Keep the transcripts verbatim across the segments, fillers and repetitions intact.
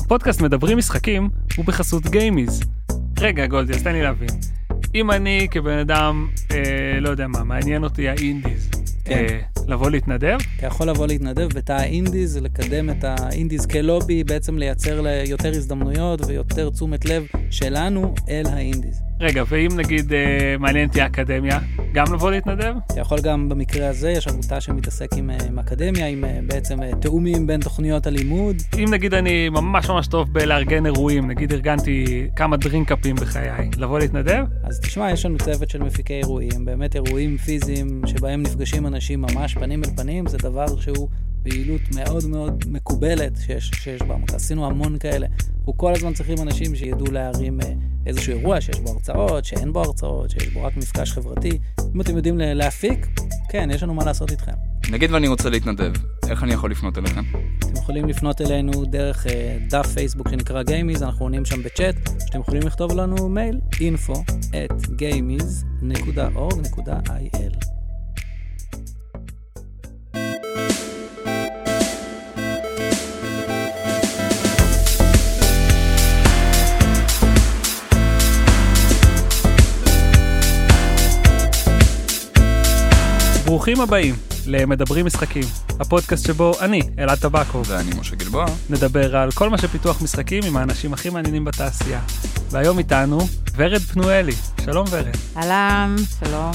הפודקאסט מדברים משחקים הוא בחסות גיימיז. רגע גולדי, אז תן לי להבין. אם אני כבן אדם, אה, לא יודע מה, מעניין אותי האינדיז, כן. אה, לבוא להתנדב? אתה יכול לבוא להתנדב בתא האינדיז, לקדם את האינדיז כלובי, בעצם לייצר יותר הזדמנויות ויותר תשומת לב שלנו אל האינדיז. רגע, ואם נגיד אה, מעניין אותי האקדמיה, גם לבוא להתנדב? אתה יכול גם במקרה הזה, יש עמותה שמתעסק עם, עם אקדמיה, עם בעצם תאומים בין תוכניות הלימוד. אם נגיד אני ממש ממש טוב בלארגן אירועים, נגיד ארגנתי כמה דרינקאפים בחיי, לבוא להתנדב? אז תשמע, יש לנו צוות של מפיקי אירועים, באמת אירועים פיזיים שבהם נפגשים אנשים ממש פנים אל פנים, זה דבר שהוא פעילות מאוד מאוד מקובלת שיש, שיש בעמותה. עשינו המון כאלה. אנחנו כל הזמן צריכים אנשים שידעו להרים איזשהו אירוע שיש בו הרצאות, שאין בו הרצאות, שיש בו רק מפגש חברתי. אם אתם יודעים להפיק, כן, יש לנו מה לעשות איתכם. נגיד ואני רוצה להתנדב, איך אני יכול לפנות אליכם? אתם יכולים לפנות אלינו דרך דף פייסבוק שנקרא גיימיז, אנחנו עונים שם בצ'אט, שאתם יכולים לכתוב לנו מייל, info at gamiz dot org dot i l. ברוכים הבאים למדברים משחקים, הפודקאסט שבו אני, אלעד טבקו, ואני משה גלבוע, נדבר על כל מה שפיתוח משחקים עם האנשים הכי מעניינים בתעשייה. והיום איתנו ורד פנואלי. שלום ורד. אהלן, שלום.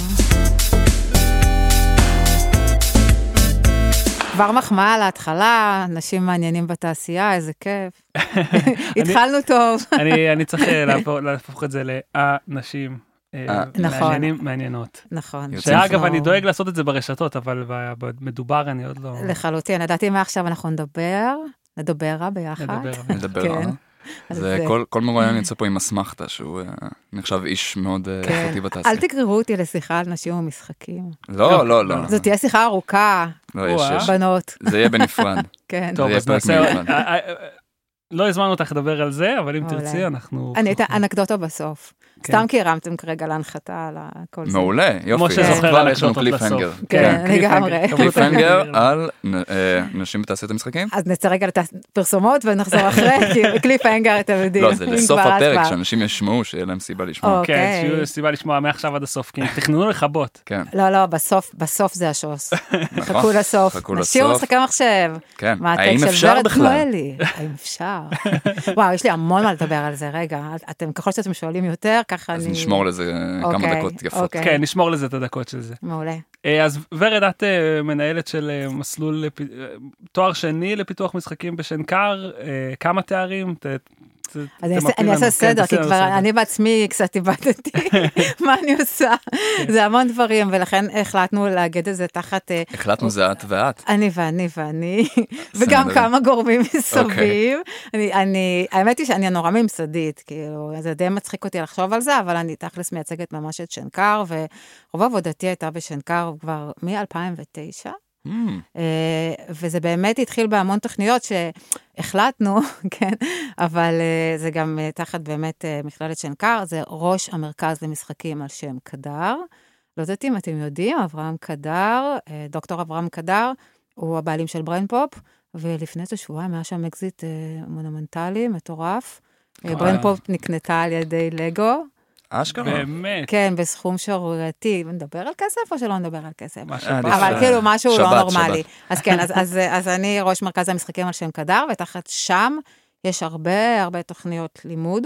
כבר מחמאה על ההתחלה, אנשים מעניינים בתעשייה, איזה כיף. התחלנו טוב. אני צריך להפוך את זה לאנשים. מעניינים, מעניינות. נכון. שאגב, אני דואג לעשות את זה ברשתות, אבל במדובר אני עוד לא... לחלוטין, ידעתי מה עכשיו אנחנו נדבר, נדבר רע ביחד. נדבר רע. זה כל מרואיין יוצא פה עם אסמכתה, שהוא נחשב איש מאוד איכותי בתעשייה. אל תגררו אותי לשיחה על נשים ומשחקים. לא, לא, לא. זאת תהיה שיחה ארוכה. לא, יש, יש. בנות. זה יהיה בנפרד. כן. טוב, אז נעשה... לא הזמנו אותך לדבר על זה, אבל אם תרצי, אנחנו... אני את האנקדוטה בסוף. סתם כי הרמתם כרגע להנחתה על הכל זה. מעולה, יופי. כבר יש לנו קליפהנגר. כן, לגמרי. קליפהנגר על נשים בתעשיית המשחקים? אז נצא רגע לפרסומות ונחזור אחרי, כי קליפהנגר אתם יודעים. לא, זה לסוף הפרק, שאנשים ישמעו, שיהיה להם סיבה לשמוע. כן, שיהיו סיבה לשמוע מעכשיו עד הסוף, כי תכננו לחבות. לא, לא, בסוף זה השוס. חכו לסוף. נשאיר משחקי מחשב. כן, האם אפשר בכלל? האם אפשר? וואו, יש לי המון מה לדבר על זה, רגע. אתם, ככל שאתם שואלים יותר, ככה אני... אז נשמור לזה כמה דקות יפות. כן, נשמור לזה את הדקות של זה. מעולה. אז ורד, את מנהלת של מסלול, תואר שני לפיתוח משחקים בשנקר, כמה תארים? אני אעשה סדר, כי כבר אני בעצמי קצת איבדתי מה אני עושה. זה המון דברים, ולכן החלטנו להגיד את זה תחת... החלטנו זה את ואת. אני ואני ואני, וגם כמה גורמים מסביב. האמת היא שאני נורא ממסדית, כאילו, זה די מצחיק אותי לחשוב על זה, אבל אני תכלס מייצגת ממש את שנקר, ורוב עבודתי הייתה בשנקר כבר מ-אלפיים ותשע. Mm. וזה באמת התחיל בהמון תוכניות שהחלטנו, כן, אבל זה גם תחת באמת מכללת שנקר, זה ראש המרכז למשחקים על שם קדר. לא יודעת אם אתם יודעים, אברהם קדר, דוקטור אברהם קדר, הוא הבעלים של בריין פופ, ולפני זה שבועיים היה שם אקזיט מונומנטלי, מטורף. בריין פופ נקנתה על ידי לגו. אשכרה. באמת. כן, בסכום שערורייתי. נדבר על כסף או שלא נדבר על כסף? אבל כאילו משהו לא נורמלי. אז כן, אז אני ראש מרכז המשחקים על שם קדר, ותחת שם יש הרבה הרבה תוכניות לימוד,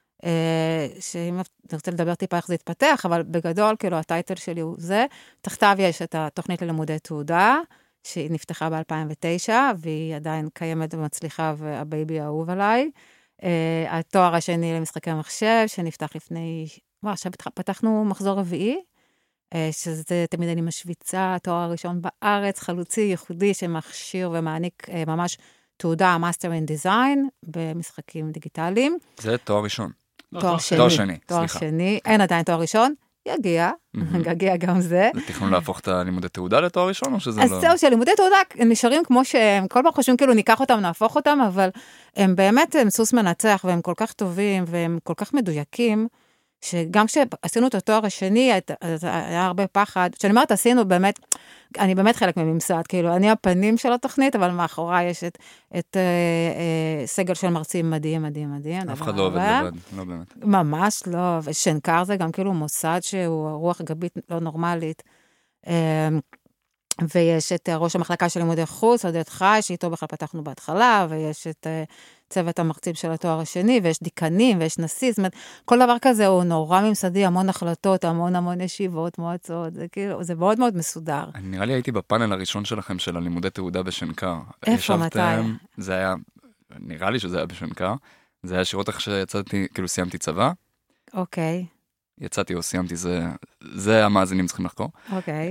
שאם אני רוצה לדבר טיפה איך זה יתפתח, אבל בגדול, כאילו, הטייטל שלי הוא זה. תחתיו יש את התוכנית ללימודי תעודה, שהיא נפתחה ב-אלפיים ותשע, והיא עדיין קיימת ומצליחה, והבייבי האהוב עליי. Uh, התואר השני למשחקי המחשב, שנפתח לפני, וואו, עכשיו פתחנו מחזור רביעי, uh, שזה תמיד אני משוויצה, התואר הראשון בארץ, חלוצי, ייחודי, שמכשיר ומעניק uh, ממש תעודה, Master in Design, במשחקים דיגיטליים. זה תואר ראשון. תואר שני. תואר שני, תואר שני, אין עדיין תואר ראשון, יגיע, יגיע גם זה. זה תכנון להפוך את הלימודי תעודה לתואר ראשון, או שזה לא... אז זהו, שלימודי תעודה נשארים כמו שהם, כל פעם חושבים כאילו ניקח אותם, נהפוך אותם, אבל הם באמת הם סוס מנצח, והם כל כך טובים, והם כל כך מדויקים, שגם כשעשינו את התואר השני, היה הרבה פחד, שאני אומרת, עשינו באמת, אני באמת חלק מממסד, כאילו, אני הפנים של התוכנית, אבל מאחורי יש את, את אה, אה, סגל של מרצים מדהים, מדהים, מדהים. אף אחד לא עובד לבד, לא באמת. ממש לא, ושנקר זה גם כאילו מוסד שהוא רוח גבית לא נורמלית, אה, ויש את ראש המחלקה של לימודי חוץ, עודד חי, שאיתו בכלל פתחנו בהתחלה, ויש את uh, צוות המרצים של התואר השני, ויש דיקנים, ויש נשיא, זאת אומרת, כל דבר כזה הוא נורא ממסדי, המון החלטות, המון המון ישיבות, מועצות, זה כאילו, זה מאוד מאוד מסודר. אני נראה לי הייתי בפאנל הראשון שלכם של הלימודי תעודה בשנקר. איפה, מתי? זה היה, נראה לי שזה היה בשנקר, זה היה שירות איך שיצאתי, כאילו סיימתי צבא. אוקיי. יצאתי או סיימתי, זה, זה המאזינים צריכים לחקור. אוקיי.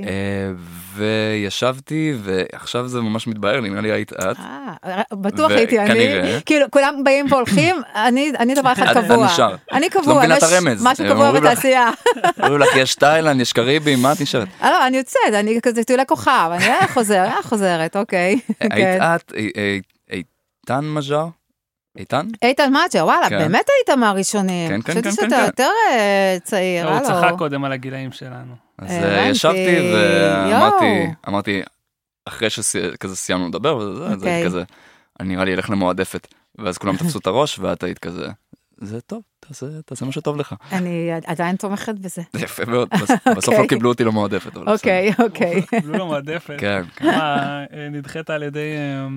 וישבתי, ועכשיו זה ממש מתבהר לי, נראה לי היית את. אה, בטוח הייתי אני. כאילו, כולם באים והולכים, אני דבר אחד קבוע. אני נשאר. אני קבוע. לא מבינה את הרמז. משהו קבוע בתעשייה. אומרים לך, יש תאילנד, יש קריבי, מה את נשארת? לא, אני יוצאת, אני כזה טיולי כוכב, אני חוזרת, חוזרת, אוקיי. היית את, איתן מז'ר? איתן? איתן מג'ר, וואלה, באמת היית מהראשונים. כן, כן, כן. חשבתי שאתה יותר צעיר, הוא צחק קודם על הגילאים שלנו. אז ישבתי ואמרתי, אמרתי, אחרי שכזה סיימנו לדבר, וזה כזה, אני נראה לי אלך למועדפת, ואז כולם תפסו את הראש, ואת היית כזה, זה טוב, תעשה מה שטוב לך. אני עדיין תומכת בזה. זה יפה מאוד, בסוף לא קיבלו אותי למועדפת. אוקיי, אוקיי. קיבלו למועדפת. כן. מה, נדחית על ידי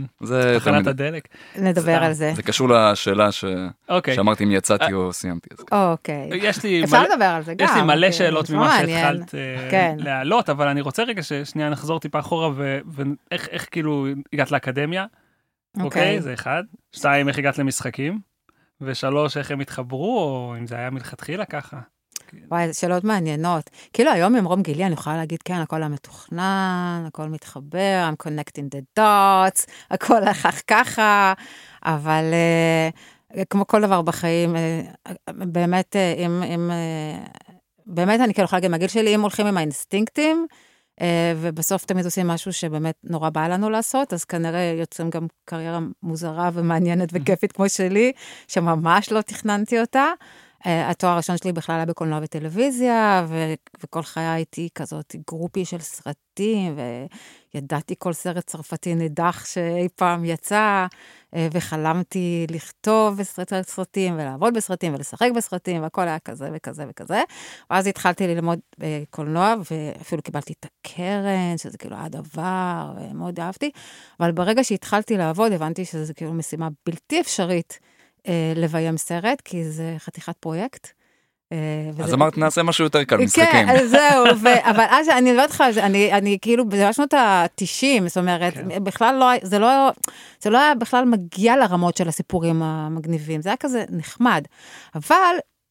תחנת הדלק? נדבר על זה. זה קשור לשאלה שאמרתי אם יצאתי או סיימתי. אוקיי. אפשר לדבר על זה גם. יש לי מלא שאלות ממה שהתחלת להעלות, אבל אני רוצה רגע ששנייה נחזור טיפה אחורה, ואיך כאילו הגעת לאקדמיה, אוקיי, זה אחד. שתיים, איך הגעת למשחקים. ושלוש, איך הם התחברו, או אם זה היה מלכתחילה ככה. וואי, שאלות מעניינות. כאילו היום ממרום גילי אני יכולה להגיד, כן, הכל המתוכנן, הכל מתחבר, I'm connecting the dots, הכל הלך ככה, אבל uh, כמו כל דבר בחיים, uh, באמת, uh, אם, אם, uh, באמת אני כאילו יכולה להגיד, מהגיל שלי, אם הולכים עם האינסטינקטים, Uh, ובסוף תמיד עושים משהו שבאמת נורא בא לנו לעשות, אז כנראה יוצאים גם קריירה מוזרה ומעניינת וכיפית כמו שלי, שממש לא תכננתי אותה. Uh, התואר הראשון שלי בכלל היה בקולנוע וטלוויזיה, ו- וכל חיי הייתי כזאת גרופי של סרטים, וידעתי כל סרט צרפתי נידח שאי פעם יצא, uh, וחלמתי לכתוב בסרט, סרטים, ולעבוד בסרטים, ולשחק בסרטים, והכל היה כזה וכזה וכזה. ואז התחלתי ללמוד uh, קולנוע, ואפילו קיבלתי את הקרן, שזה כאילו היה דבר, ומאוד אהבתי. אבל ברגע שהתחלתי לעבוד, הבנתי שזה כאילו משימה בלתי אפשרית, לביים סרט, כי זה חתיכת פרויקט. אז אמרת, נעשה משהו יותר קל, משחקים. כן, זהו, אבל אז אני לא יודעת לך, אני כאילו, זה שנות ה-תשעים, זאת אומרת, בכלל לא, זה לא, זה לא היה בכלל מגיע לרמות של הסיפורים המגניבים, זה היה כזה נחמד. אבל,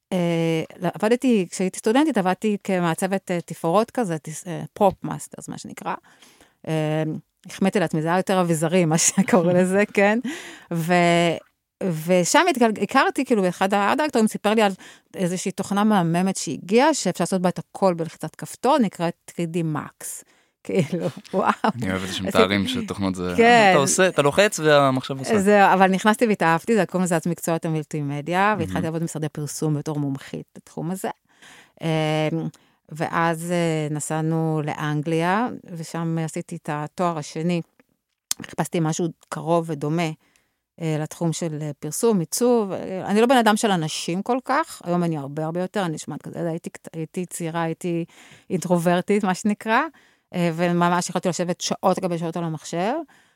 עבדתי, כשהייתי סטודנטית, עבדתי כמעצבת תפאורות כזה, פרופ מאסטרס, מה שנקרא. החמאתי לעצמי, זה היה יותר אביזרי, מה שקורא לזה, כן? ו... ושם הכרתי, כאילו, באחד האקטורים סיפר לי על איזושהי תוכנה מהממת שהגיעה, שאפשר לעשות בה את הכל בלחיצת כפתור, נקראת תרי די Max. כאילו, וואו. אני אוהבת שמתארים שתוכנות זה... אתה עושה, אתה לוחץ והמחשב עושה. זהו, אבל נכנסתי והתאהבתי, זה קוראים לזה מקצועות המולטימדיה, והתחלתי לעבוד במשרדי פרסום בתור מומחית בתחום הזה. ואז נסענו לאנגליה, ושם עשיתי את התואר השני. חיפשתי משהו קרוב ודומה, לתחום של פרסום, עיצוב. אני לא בן אדם של אנשים כל כך, היום אני הרבה הרבה יותר, אני שמעת כזה, הייתי, הייתי צעירה, הייתי אינטרוברטית, מה שנקרא, וממש יכולתי לשבת שעות לגבי שעות על המחשב,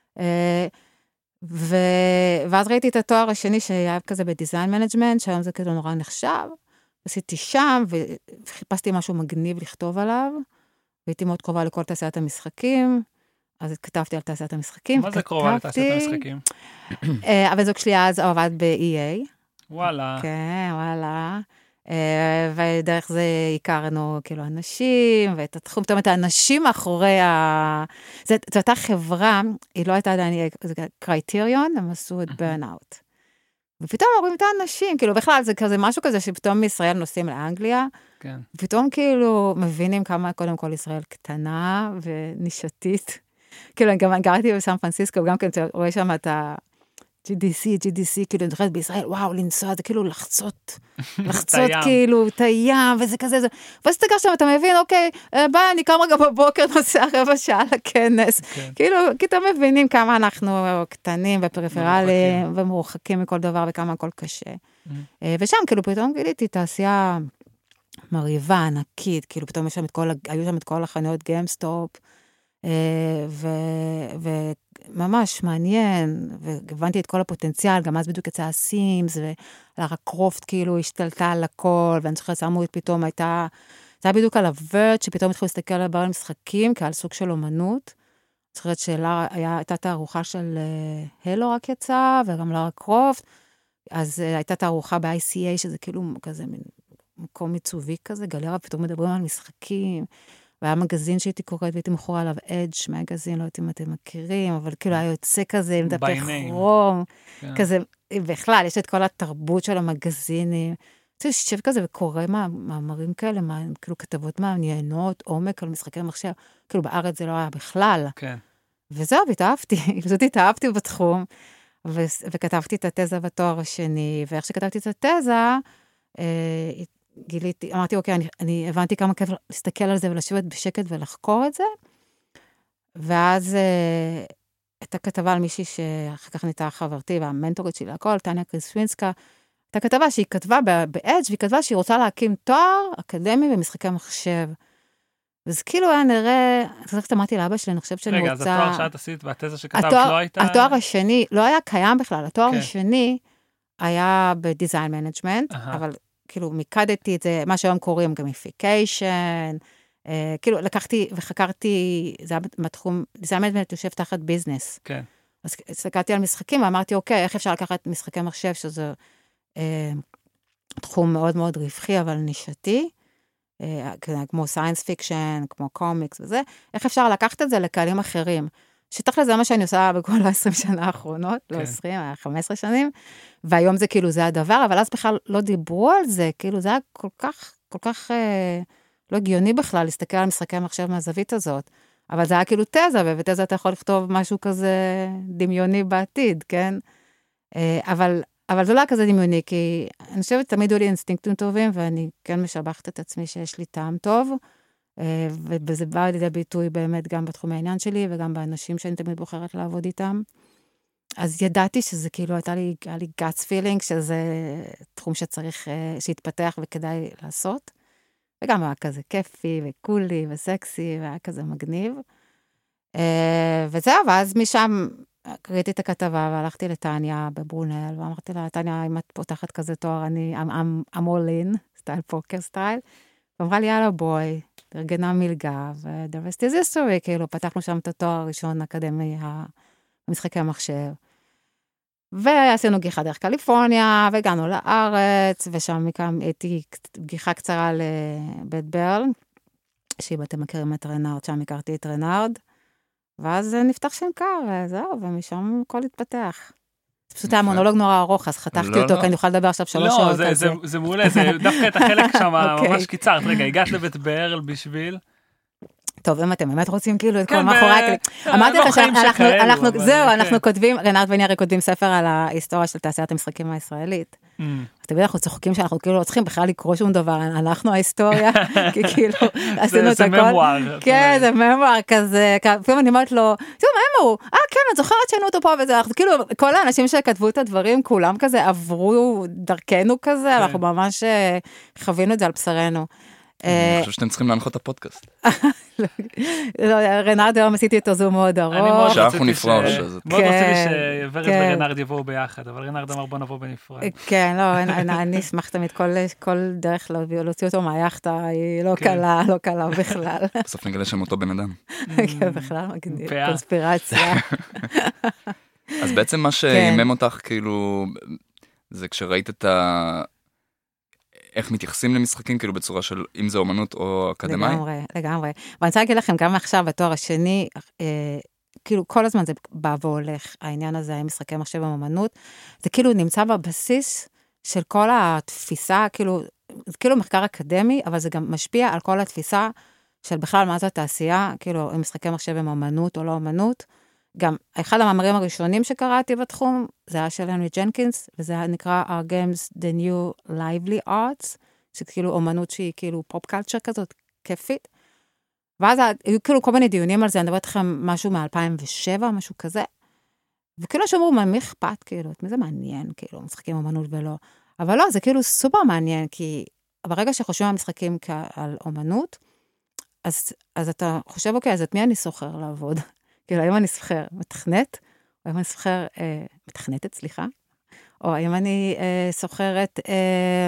ו... ואז ראיתי את התואר השני שהיה כזה בדיזיין מנג'מנט, שהיום זה כאילו נורא נחשב, עשיתי שם, וחיפשתי משהו מגניב לכתוב עליו, והייתי מאוד קרובה לכל תעשיית המשחקים, אז כתבתי על תעשיית המשחקים. מה זה קרובה לתעשיית המשחקים? אבל זוג שלי אז עבד ב-אי איי. וואלה. כן, וואלה. ודרך זה הכרנו כאילו אנשים, ואת התחום, זאת אומרת, האנשים מאחורי ה... זו הייתה חברה, היא לא הייתה עדיין, זה קרייטריון, הם עשו את ברנאוט. ופתאום רואים את האנשים, כאילו בכלל זה כזה משהו כזה שפתאום מישראל נוסעים לאנגליה, כן. ופתאום כאילו מבינים כמה קודם כל ישראל קטנה ונישתית. כאילו, גם גרתי בסן פרנסיסקו, גם כן רואה שם את ג'י די סי, ג'י די סי, כאילו, אני זוכרת בישראל, וואו, לנסוע, זה כאילו לחצות, לחצות כאילו, את הים, וזה כזה, זה, ואז תגר שם, אתה מבין, אוקיי, ביי, אני קם רגע בבוקר, נוסע רבע שעה לכנס, כאילו, כי אתם מבינים כמה אנחנו קטנים ופריפרליים, ומרוחקים מכל דבר, וכמה הכל קשה. ושם, כאילו, פתאום גיליתי תעשייה מריבה, ענקית, כאילו, פתאום יש שם את כל, היו שם את כל החנויות גיימסטופ, וממש מעניין, והבנתי את כל הפוטנציאל, גם אז בדיוק יצא הסימס, ולארה קרופט כאילו השתלטה על הכל, ואני זוכרת, שמו את פתאום, הייתה, זה היה בדיוק על הוורד, שפתאום התחילו להסתכל על בעל משחקים, כעל סוג של אומנות. אני זוכרת שלארה, הייתה תערוכה של הלו רק יצא, וגם לארה קרופט, אז הייתה תערוכה ב-איי סי איי, שזה כאילו כזה מקום עיצובי כזה, גלריה, פתאום מדברים על משחקים, והיה מגזין שהייתי קוראת, והייתי מכורה עליו אדג' מגזין, לא יודעת אם אתם מכירים, אבל כאילו היה יוצא כזה, עם דפי כרום, כזה, בכלל, יש את כל התרבות של המגזינים, אתה יושב כזה וקורא מאמרים כאלה, כאילו כתבות מעניינות, עומק על משחקי מחשב, כאילו בארץ זה לא היה בכלל. וזהו, התאהבתי, פשוט התאהבתי בתחום, וכתבתי את התזה בתואר השני, ואיך שכתבתי את התזה, גיליתי, אמרתי, אוקיי, אני, אני הבנתי כמה כיף להסתכל על זה ולשבת בשקט ולחקור את זה, ואז אה, הייתה כתבה על מישהי שאחר כך נהייתה חברתי, והמנטורית שלי הכל, טניה קריסווינסקה, הייתה כתבה שהיא כתבה ב-Edge, והיא כתבה שהיא רוצה להקים תואר אקדמי במשחקי מחשב. וזה כאילו היה נראה, אז איך אמרתי לאבא שלי, אני חושבת שאני רגע, רוצה... רגע, אז התואר שאת עשית והתזה שכתבת התואר, לא הייתה... התואר השני לא היה קיים בכלל, התואר כן. השני היה בדיזיין מנג'מנט, אבל... כאילו, מיקדתי את זה, מה שהיום קוראים גמיפיקיישן, אה, כאילו, לקחתי וחקרתי, זה היה בתחום, דיזיין מנג'מנט יושב תחת ביזנס. כן. אז הסתכלתי על משחקים, ואמרתי, אוקיי, איך אפשר לקחת משחקי מחשב, שזה אה, תחום מאוד מאוד רווחי, אבל נישתי, אה, כמו סיינס פיקשן, כמו קומיקס וזה, איך אפשר לקחת את זה לקהלים אחרים? שתכל'ס זה מה שאני עושה בכל ה-עשרים שנה האחרונות, לא עשרים, חמש עשרה שנים, והיום זה כאילו, זה הדבר, אבל אז בכלל לא דיברו על זה, כאילו זה היה כל כך, כל כך אה, לא הגיוני בכלל, להסתכל על משחקי המחשב מהזווית הזאת, אבל זה היה כאילו תזה, ובתזה אתה יכול לכתוב משהו כזה דמיוני בעתיד, כן? אה, אבל, אבל זה לא היה כזה דמיוני, כי אני חושבת, תמיד היו לי אינסטינקטים טובים, ואני כן משבחת את עצמי שיש לי טעם טוב, וזה בא לידי ביטוי באמת גם בתחום העניין שלי, וגם באנשים שאני תמיד בוחרת לעבוד איתם. אז ידעתי שזה כאילו, הייתה לי, היה לי guts feeling, שזה תחום שצריך, שיתפתח וכדאי לעשות. וגם היה כזה כיפי וקולי וסקסי, והיה כזה מגניב. וזהו, ואז משם קראתי את הכתבה, והלכתי לטניה בברונל, ואמרתי לה, טניה, אם את פותחת כזה תואר, אני, I'm, I'm all in, סטייל פוקר סטייל. ואמרה לי, יאללה בואי, ארגנה מלגה, ו-the rest is history, כאילו, פתחנו שם את התואר הראשון האקדמי, במשחקי המחשב. ועשינו גיחה דרך קליפורניה, והגענו לארץ, ושם הייתי גיחה קצרה לבית ברל, שאם אתם מכירים את רנארד, שם הכרתי את רנארד, ואז נפתח שם קר, וזהו, ומשם הכל התפתח. זה פשוט היה מונולוג נורא ארוך, אז חתכתי אותו, כי אני אוכל לדבר עכשיו שלוש שעות על זה. לא, זה מעולה, זה דווקא את החלק שם ממש קיצרת. רגע, הגעת לבית ברל בשביל... טוב, אם אתם באמת רוצים כאילו את כל מאחורי... אמרתי לך שאנחנו, זהו, אנחנו כותבים, רנארד ואני הרי כותבים ספר על ההיסטוריה של תעשיית המשחקים הישראלית. אתם יודעים, אנחנו צוחקים שאנחנו כאילו לא צריכים בכלל לקרוא שום דבר, אנחנו ההיסטוריה, כי כאילו עשינו את הכל. זה ממואר. כן, זה ממואר כזה, לפעמים אני אומרת לו, תראו, מה אמרו? אה, כן, את זוכרת שהיינו אותו פה וזה, כאילו, כל האנשים שכתבו את הדברים, כולם כזה עברו דרכנו כזה, אנחנו ממש חווינו את זה על בשרנו. אני חושב שאתם צריכים להנחות את הפודקאסט. רנארד היום עשיתי איתו זו מאוד ארוך. שאנחנו נפרוש. מאוד רציתי שורד ורנארד יבואו ביחד, אבל רנארד אמר בוא נבוא בנפרד. כן, לא, אני אשמח תמיד כל דרך להוציא אותו מהיחדה, היא לא קלה, לא קלה בכלל. בסוף נגלה שם אותו בן אדם. כן, בכלל מגניב, קונספירציה. אז בעצם מה שימם אותך, כאילו, זה כשראית את ה... איך מתייחסים למשחקים, כאילו בצורה של, אם זה אומנות או אקדמאי? לגמרי, לגמרי. ואני רוצה להגיד לכם, גם עכשיו, בתואר השני, אה, כאילו כל הזמן זה בא והולך, העניין הזה, עם משחקי מחשב ואומנות, זה כאילו נמצא בבסיס של כל התפיסה, כאילו, זה כאילו מחקר אקדמי, אבל זה גם משפיע על כל התפיסה של בכלל מה זה התעשייה, כאילו, אם משחקי מחשב ואומנות או לא אומנות, גם אחד המאמרים הראשונים שקראתי בתחום, זה היה של הנרי ג'נקינס, וזה היה נקרא Our Games, The New Lively Arts, שכאילו אומנות שהיא כאילו פופ קלצ'ר כזאת, כיפית. ואז היו כאילו כל מיני דיונים על זה, אני מדברת לכם משהו מ-אלפיים ושבע, משהו כזה. וכאילו שאמרו, מי אכפת, כאילו, מי זה מעניין, כאילו, משחקים אומנות ולא. אבל לא, זה כאילו סופר מעניין, כי ברגע שחושבים על משחקים על אומנות, אז, אז אתה חושב, אוקיי, אז את מי אני סוחר לעבוד? כאילו, האם אני סוחר מתכנת, או האם אני סוחר, אה, מתכנתת, סליחה, או האם אני אה, סוחרת אה,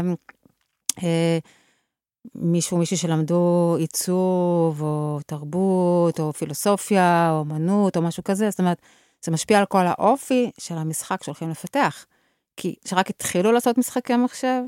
אה, מישהו, מישהו שלמדו עיצוב, או תרבות, או פילוסופיה, או אומנות, או משהו כזה, זאת אומרת, זה משפיע על כל האופי של המשחק שהולכים לפתח. כי שרק התחילו לעשות משחקי מחשב,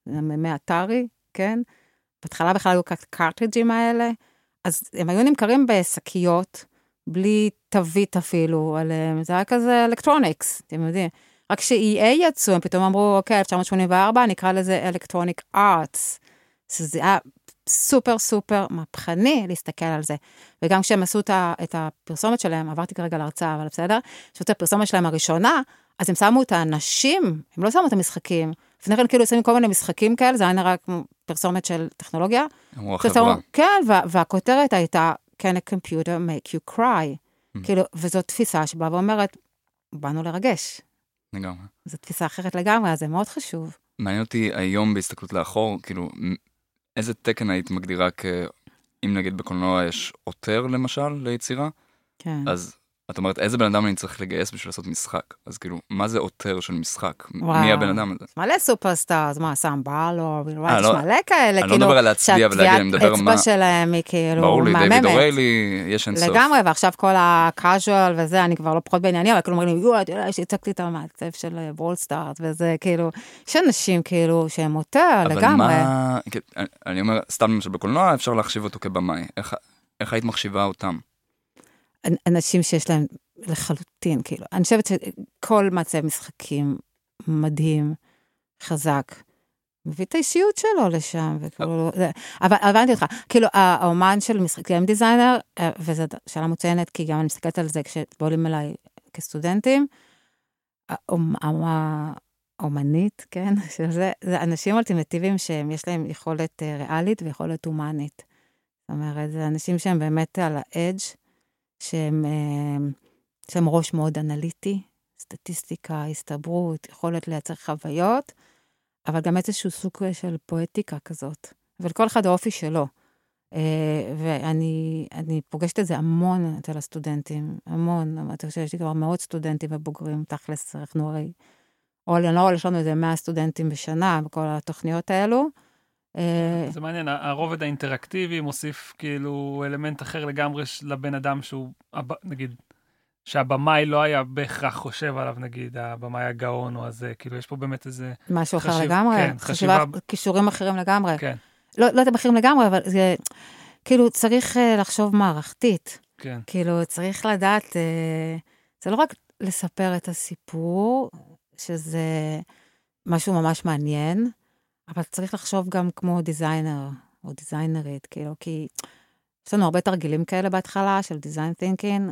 מאתרי, כן? בהתחלה בכלל היו קארטריג'ים האלה, אז הם היו נמכרים בסקיות, בלי תווית אפילו, עליהם. זה היה כזה אלקטרוניקס, אתם יודעים. רק ש-אי איי יצאו, הם פתאום אמרו, אוקיי, אלף תשע מאות שמונים וארבע, נקרא לזה אלקטרוניק ארטס. זה היה סופר סופר מהפכני להסתכל על זה. וגם כשהם עשו את הפרסומת שלהם, עברתי כרגע להרצאה, אבל בסדר, שעשו את הפרסומת שלהם הראשונה, אז הם שמו את האנשים, הם לא שמו את המשחקים. לפני כן כאילו שמים כל מיני משחקים כאלה, זה היה נראה כמו פרסומת של טכנולוגיה. אמרו החברה. כן, והכותרת הייתה, Can a computer make you cry? כאילו, וזו תפיסה שבאה ואומרת, באנו לרגש. לגמרי. זו תפיסה אחרת לגמרי, אז זה מאוד חשוב. מעניין אותי היום בהסתכלות לאחור, כאילו, איזה תקן היית מגדירה כ... אם נגיד בקולנוע יש עותר למשל ליצירה, כן. אז את אומרת, איזה בן אדם אני צריך לגייס בשביל לעשות משחק? אז כאילו, מה זה עותר של משחק? מי הבן אדם הזה? מלא סופרסטאר, אז מה, סאם בלו, יש מלא כאלה, אני לא מדבר על להצביע ולהגיד, אני מדבר מה... שהטביעת אצבע שלהם היא כאילו ברור לי, מהממת. דיוויד אוריילי, יש אין סוף. לגמרי, ועכשיו כל הקאז'ואל וזה, אני כבר לא פחות בעניינים, אבל כאילו אומרים לי, יואו, תראה, שהצגתי את המעצב של וולסטארט, וזה כאילו, יש אנשים כאילו שהם עותר לגמרי. אבל מה... אני אומר, סתם למשל בקולנוע, אפשר להחשיב אותו כבמאי. איך היית מחשיבה אותם? אנשים שיש להם לחלוטין, כאילו. אני חושבת שכל מעצב משחקים מדהים, חזק, מביא את האישיות שלו לשם, וכאילו, אבל הבנתי אותך, כאילו, האומן של משחקים דיזיינר, וזו שאלה מוציינת, כי גם אני מסתכלת על זה כשבעולים אליי כסטודנטים, האומנית, כן, שזה, זה אנשים אולטימטיביים שהם, יש להם יכולת ריאלית ויכולת הומנית. זאת אומרת, זה אנשים שהם באמת על האדג' שהם, שהם ראש מאוד אנליטי, סטטיסטיקה, הסתברות, יכולת לייצר חוויות, אבל גם איזשהו סוג של פואטיקה כזאת. אבל כל אחד האופי שלו. ואני אני פוגשת את זה המון אצל הסטודנטים, המון. אתה חושב, יש לי כבר מאות סטודנטים ובוגרים, תכלס, אנחנו הרי, או לא, יש לנו איזה מאה סטודנטים בשנה, בכל התוכניות האלו. זה מעניין, הרובד האינטראקטיבי מוסיף כאילו אלמנט אחר לגמרי לבן אדם שהוא, נגיד, שהבמאי לא היה בהכרח חושב עליו, נגיד, הבמאי הגאון או הזה, כאילו יש פה באמת איזה... משהו אחר לגמרי, חשיבה, כישורים אחרים לגמרי. כן. לא, לא אתם אחרים לגמרי, אבל זה, כאילו, צריך לחשוב מערכתית. כן. כאילו, צריך לדעת, זה לא רק לספר את הסיפור, שזה משהו ממש מעניין, אבל צריך לחשוב גם כמו דיזיינר, או דיזיינרית, כאילו, כי יש לנו הרבה תרגילים כאלה בהתחלה, של דיזיין תינקינג,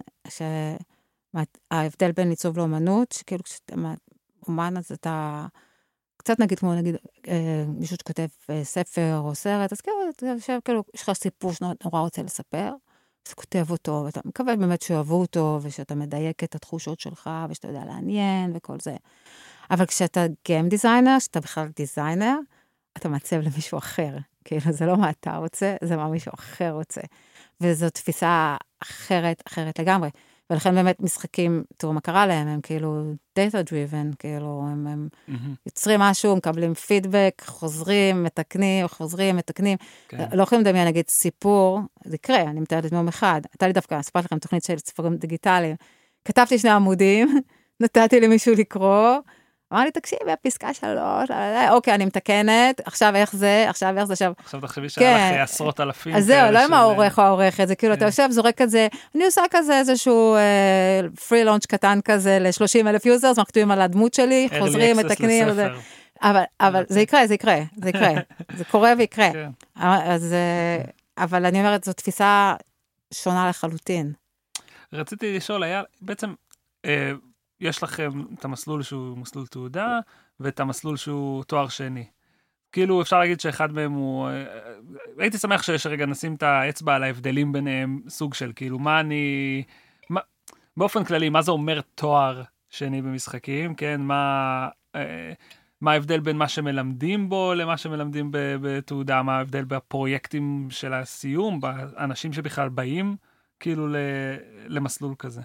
שההבדל בין עיצוב לאומנות, שכאילו, כשאתה אומן, אז אתה, קצת נגיד, כמו נגיד, מישהו שכותב ספר או סרט, אז כאילו, אתה חושב, כאילו, יש לך סיפור שנורא רוצה לספר, אז כותב אותו, ואתה מקווה באמת שאוהבו אותו, ושאתה מדייק את התחושות שלך, ושאתה יודע לעניין, וכל זה. אבל כשאתה גיים דיזיינר, כשאתה בכלל דיזיינר, אתה מעצב למישהו אחר. כאילו, זה לא מה אתה רוצה, זה מה מישהו אחר רוצה. וזו תפיסה אחרת, אחרת לגמרי. ולכן באמת משחקים, תראו מה קרה להם, הם כאילו data driven, כאילו, הם, הם mm-hmm. יוצרים משהו, מקבלים פידבק, חוזרים, מתקנים, חוזרים, מתקנים. כן. לא יכולים לדמיין, נגיד, סיפור, זה יקרה, אני מתארת את יום אחד. הייתה לי דווקא, אספרתי לכם תוכנית של ספרים דיגיטליים. כתבתי שני עמודים, נתתי למישהו לקרוא, אמר לי, תקשיבי, הפסקה שלוש, אוקיי, אני מתקנת, עכשיו איך זה, עכשיו איך זה, עכשיו... עכשיו תחשבי שהיה לך עשרות אלפים. אז זהו, לא עם העורך או העורכת, זה כאילו, אתה יושב, זורק את זה, אני עושה כזה איזשהו פרי לונץ' קטן כזה ל-שלושים אלף יוזרס, מכתובים על הדמות שלי, חוזרים, מתקנים, אבל זה יקרה, זה יקרה, זה יקרה, זה קורה ויקרה. אז, אבל אני אומרת, זו תפיסה שונה לחלוטין. רציתי לשאול, היה בעצם, אה, יש לכם את המסלול שהוא מסלול תעודה, ואת המסלול שהוא תואר שני. כאילו אפשר להגיד שאחד מהם הוא, הייתי שמח שרגע נשים את האצבע על ההבדלים ביניהם, סוג של כאילו, מה אני, מה, באופן כללי, מה זה אומר תואר שני במשחקים, כן? מה, אה, מה ההבדל בין מה שמלמדים בו למה שמלמדים בתעודה, מה ההבדל בפרויקטים של הסיום, באנשים שבכלל באים, כאילו למסלול כזה.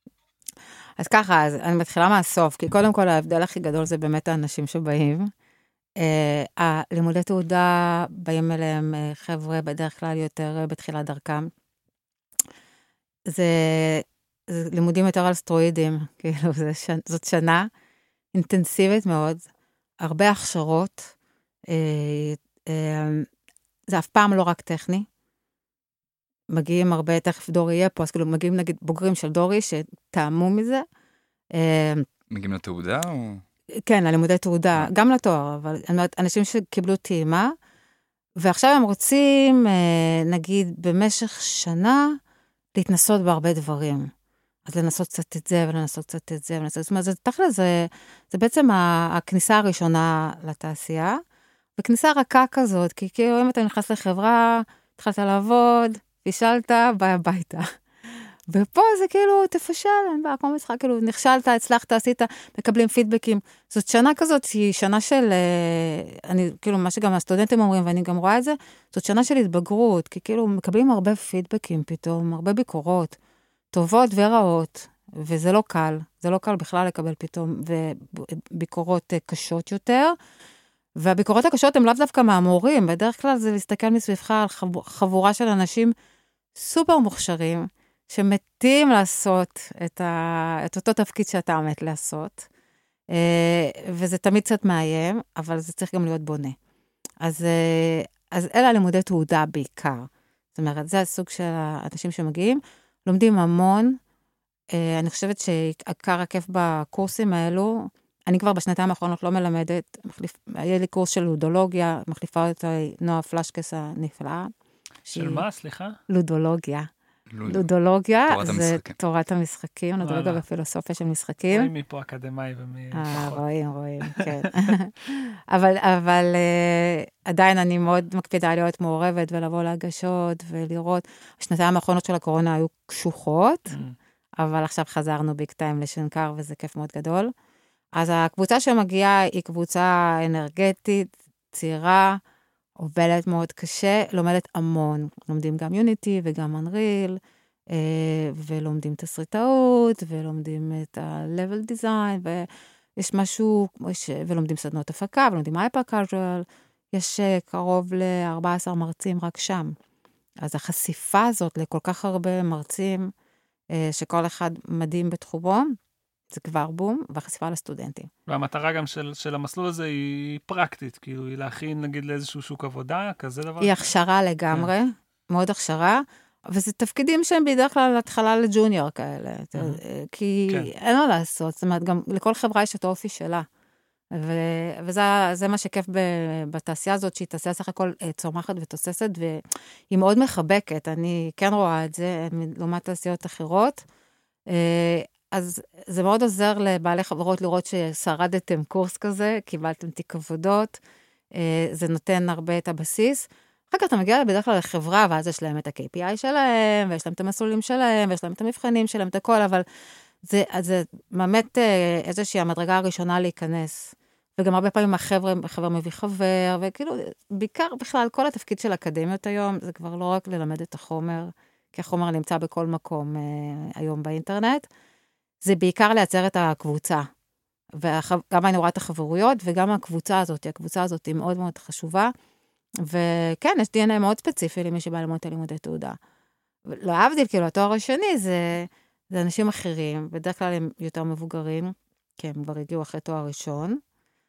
אז ככה, אז אני מתחילה מהסוף, כי קודם כל ההבדל הכי גדול זה באמת האנשים שבאים. Uh, הלימודי תעודה באים אליהם uh, חבר'ה בדרך כלל יותר uh, בתחילת דרכם. זה, זה לימודים יותר על סטרואידים, כאילו זה ש... זאת שנה אינטנסיבית מאוד, הרבה הכשרות, uh, uh, זה אף פעם לא רק טכני, מגיעים הרבה, תכף דורי יהיה פה, אז כאילו מגיעים נגיד בוגרים של דורי שטעמו מזה. Uh, מגיעים לתעודה או... כן, ללימודי תעודה, גם לתואר, אבל אנשים שקיבלו טעימה, ועכשיו הם רוצים, נגיד, במשך שנה, להתנסות בהרבה דברים. אז לנסות קצת את זה, ולנסות קצת את זה, ולנסות, זאת אומרת, זה תכל'ס, זה, זה בעצם הכניסה הראשונה לתעשייה, וכניסה רכה כזאת, כי כאילו, אם אתה נכנס לחברה, התחלת לעבוד, פישלת, ביי הביתה. ופה זה כאילו, תפשל, אין בה, כמו משחק, כאילו, נכשלת, הצלחת, עשית, מקבלים פידבקים. זאת שנה כזאת, היא שנה של, אני, כאילו, מה שגם הסטודנטים אומרים, ואני גם רואה את זה, זאת שנה של התבגרות, כי כאילו, מקבלים הרבה פידבקים פתאום, הרבה ביקורות, טובות ורעות, וזה לא קל, זה לא קל בכלל לקבל פתאום, וביקורות קשות יותר, והביקורות הקשות הן לאו דווקא מהמורים, בדרך כלל זה להסתכל מסביבך על חבורה של אנשים סופר מוכשרים, שמתים לעשות את, ה... את אותו תפקיד שאתה מת לעשות, וזה תמיד קצת מאיים, אבל זה צריך גם להיות בונה. אז, אז אלה הלימודי תעודה בעיקר. זאת אומרת, זה הסוג של האנשים שמגיעים, לומדים המון, אני חושבת שעיקר הכיף בקורסים האלו, אני כבר בשנתיים האחרונות לא מלמדת, מחליף... היה לי קורס של לודולוגיה, מחליפה אותה נועה פלשקס הנפלאה. של מה, סליחה? לודולוגיה. לודולוגיה, זה תורת המשחקים, לודולוגיה בפילוסופיה של משחקים. רואים מפה אקדמאי ומי... אה, רואים, רואים, כן. אבל, אבל עדיין אני מאוד מקפידה להיות מעורבת ולבוא להגשות ולראות. השנתיים האחרונות של הקורונה היו קשוחות, אבל עכשיו חזרנו ביג טיים לשנקר, וזה כיף מאוד גדול. אז הקבוצה שמגיעה היא קבוצה אנרגטית, צעירה, עובדת מאוד קשה, לומדת המון. לומדים גם יוניטי וגם אנריל, ולומדים תסריטאות, ולומדים את ה-level design, ויש משהו, ולומדים סדנות הפקה, ולומדים hyper-casual, יש קרוב ל-ארבעה עשר מרצים רק שם. אז החשיפה הזאת לכל כך הרבה מרצים, שכל אחד מדהים בתחומו, זה כבר בום, והחשיפה לסטודנטים. והמטרה גם של, של המסלול הזה היא פרקטית, כאילו היא להכין נגיד לאיזשהו שוק עבודה, כזה דבר? היא הכשרה לגמרי, כן. מאוד הכשרה, וזה תפקידים שהם בדרך כלל התחלה לג'וניור כאלה, mm-hmm. כי כן. אין מה לעשות, זאת אומרת, גם לכל חברה יש את האופי שלה, ו, וזה זה מה שכיף בתעשייה הזאת, שהיא תעשייה סך הכל צומחת ותוססת, והיא מאוד מחבקת, אני כן רואה את זה, לעומת תעשיות אחרות, אז זה מאוד עוזר לבעלי חברות לראות ששרדתם קורס כזה, קיבלתם תיק עבודות, זה נותן הרבה את הבסיס. אחר כך אתה מגיע בדרך כלל לחברה, ואז יש להם את ה-קיי פי איי שלהם, ויש להם את המסלולים שלהם, ויש להם את המבחנים שלהם, את הכל, אבל זה, זה באמת איזושהי המדרגה הראשונה להיכנס. וגם הרבה פעמים החבר'ה, החבר'ה מביא חבר, וכאילו, בעיקר בכלל, כל התפקיד של האקדמיות היום, זה כבר לא רק ללמד את החומר, כי החומר נמצא בכל מקום היום באינטרנט, זה בעיקר לייצר את הקבוצה. וגם אני רואה את החברויות, וגם הקבוצה הזאת, הקבוצה הזאת היא מאוד מאוד חשובה, וכן, יש די אן איי מאוד ספציפי למי שבא ללמוד את לימודי תעודה. להבדיל, כאילו, התואר השני זה, זה אנשים אחרים, בדרך כלל הם יותר מבוגרים, כי הם כבר הגיעו אחרי תואר ראשון,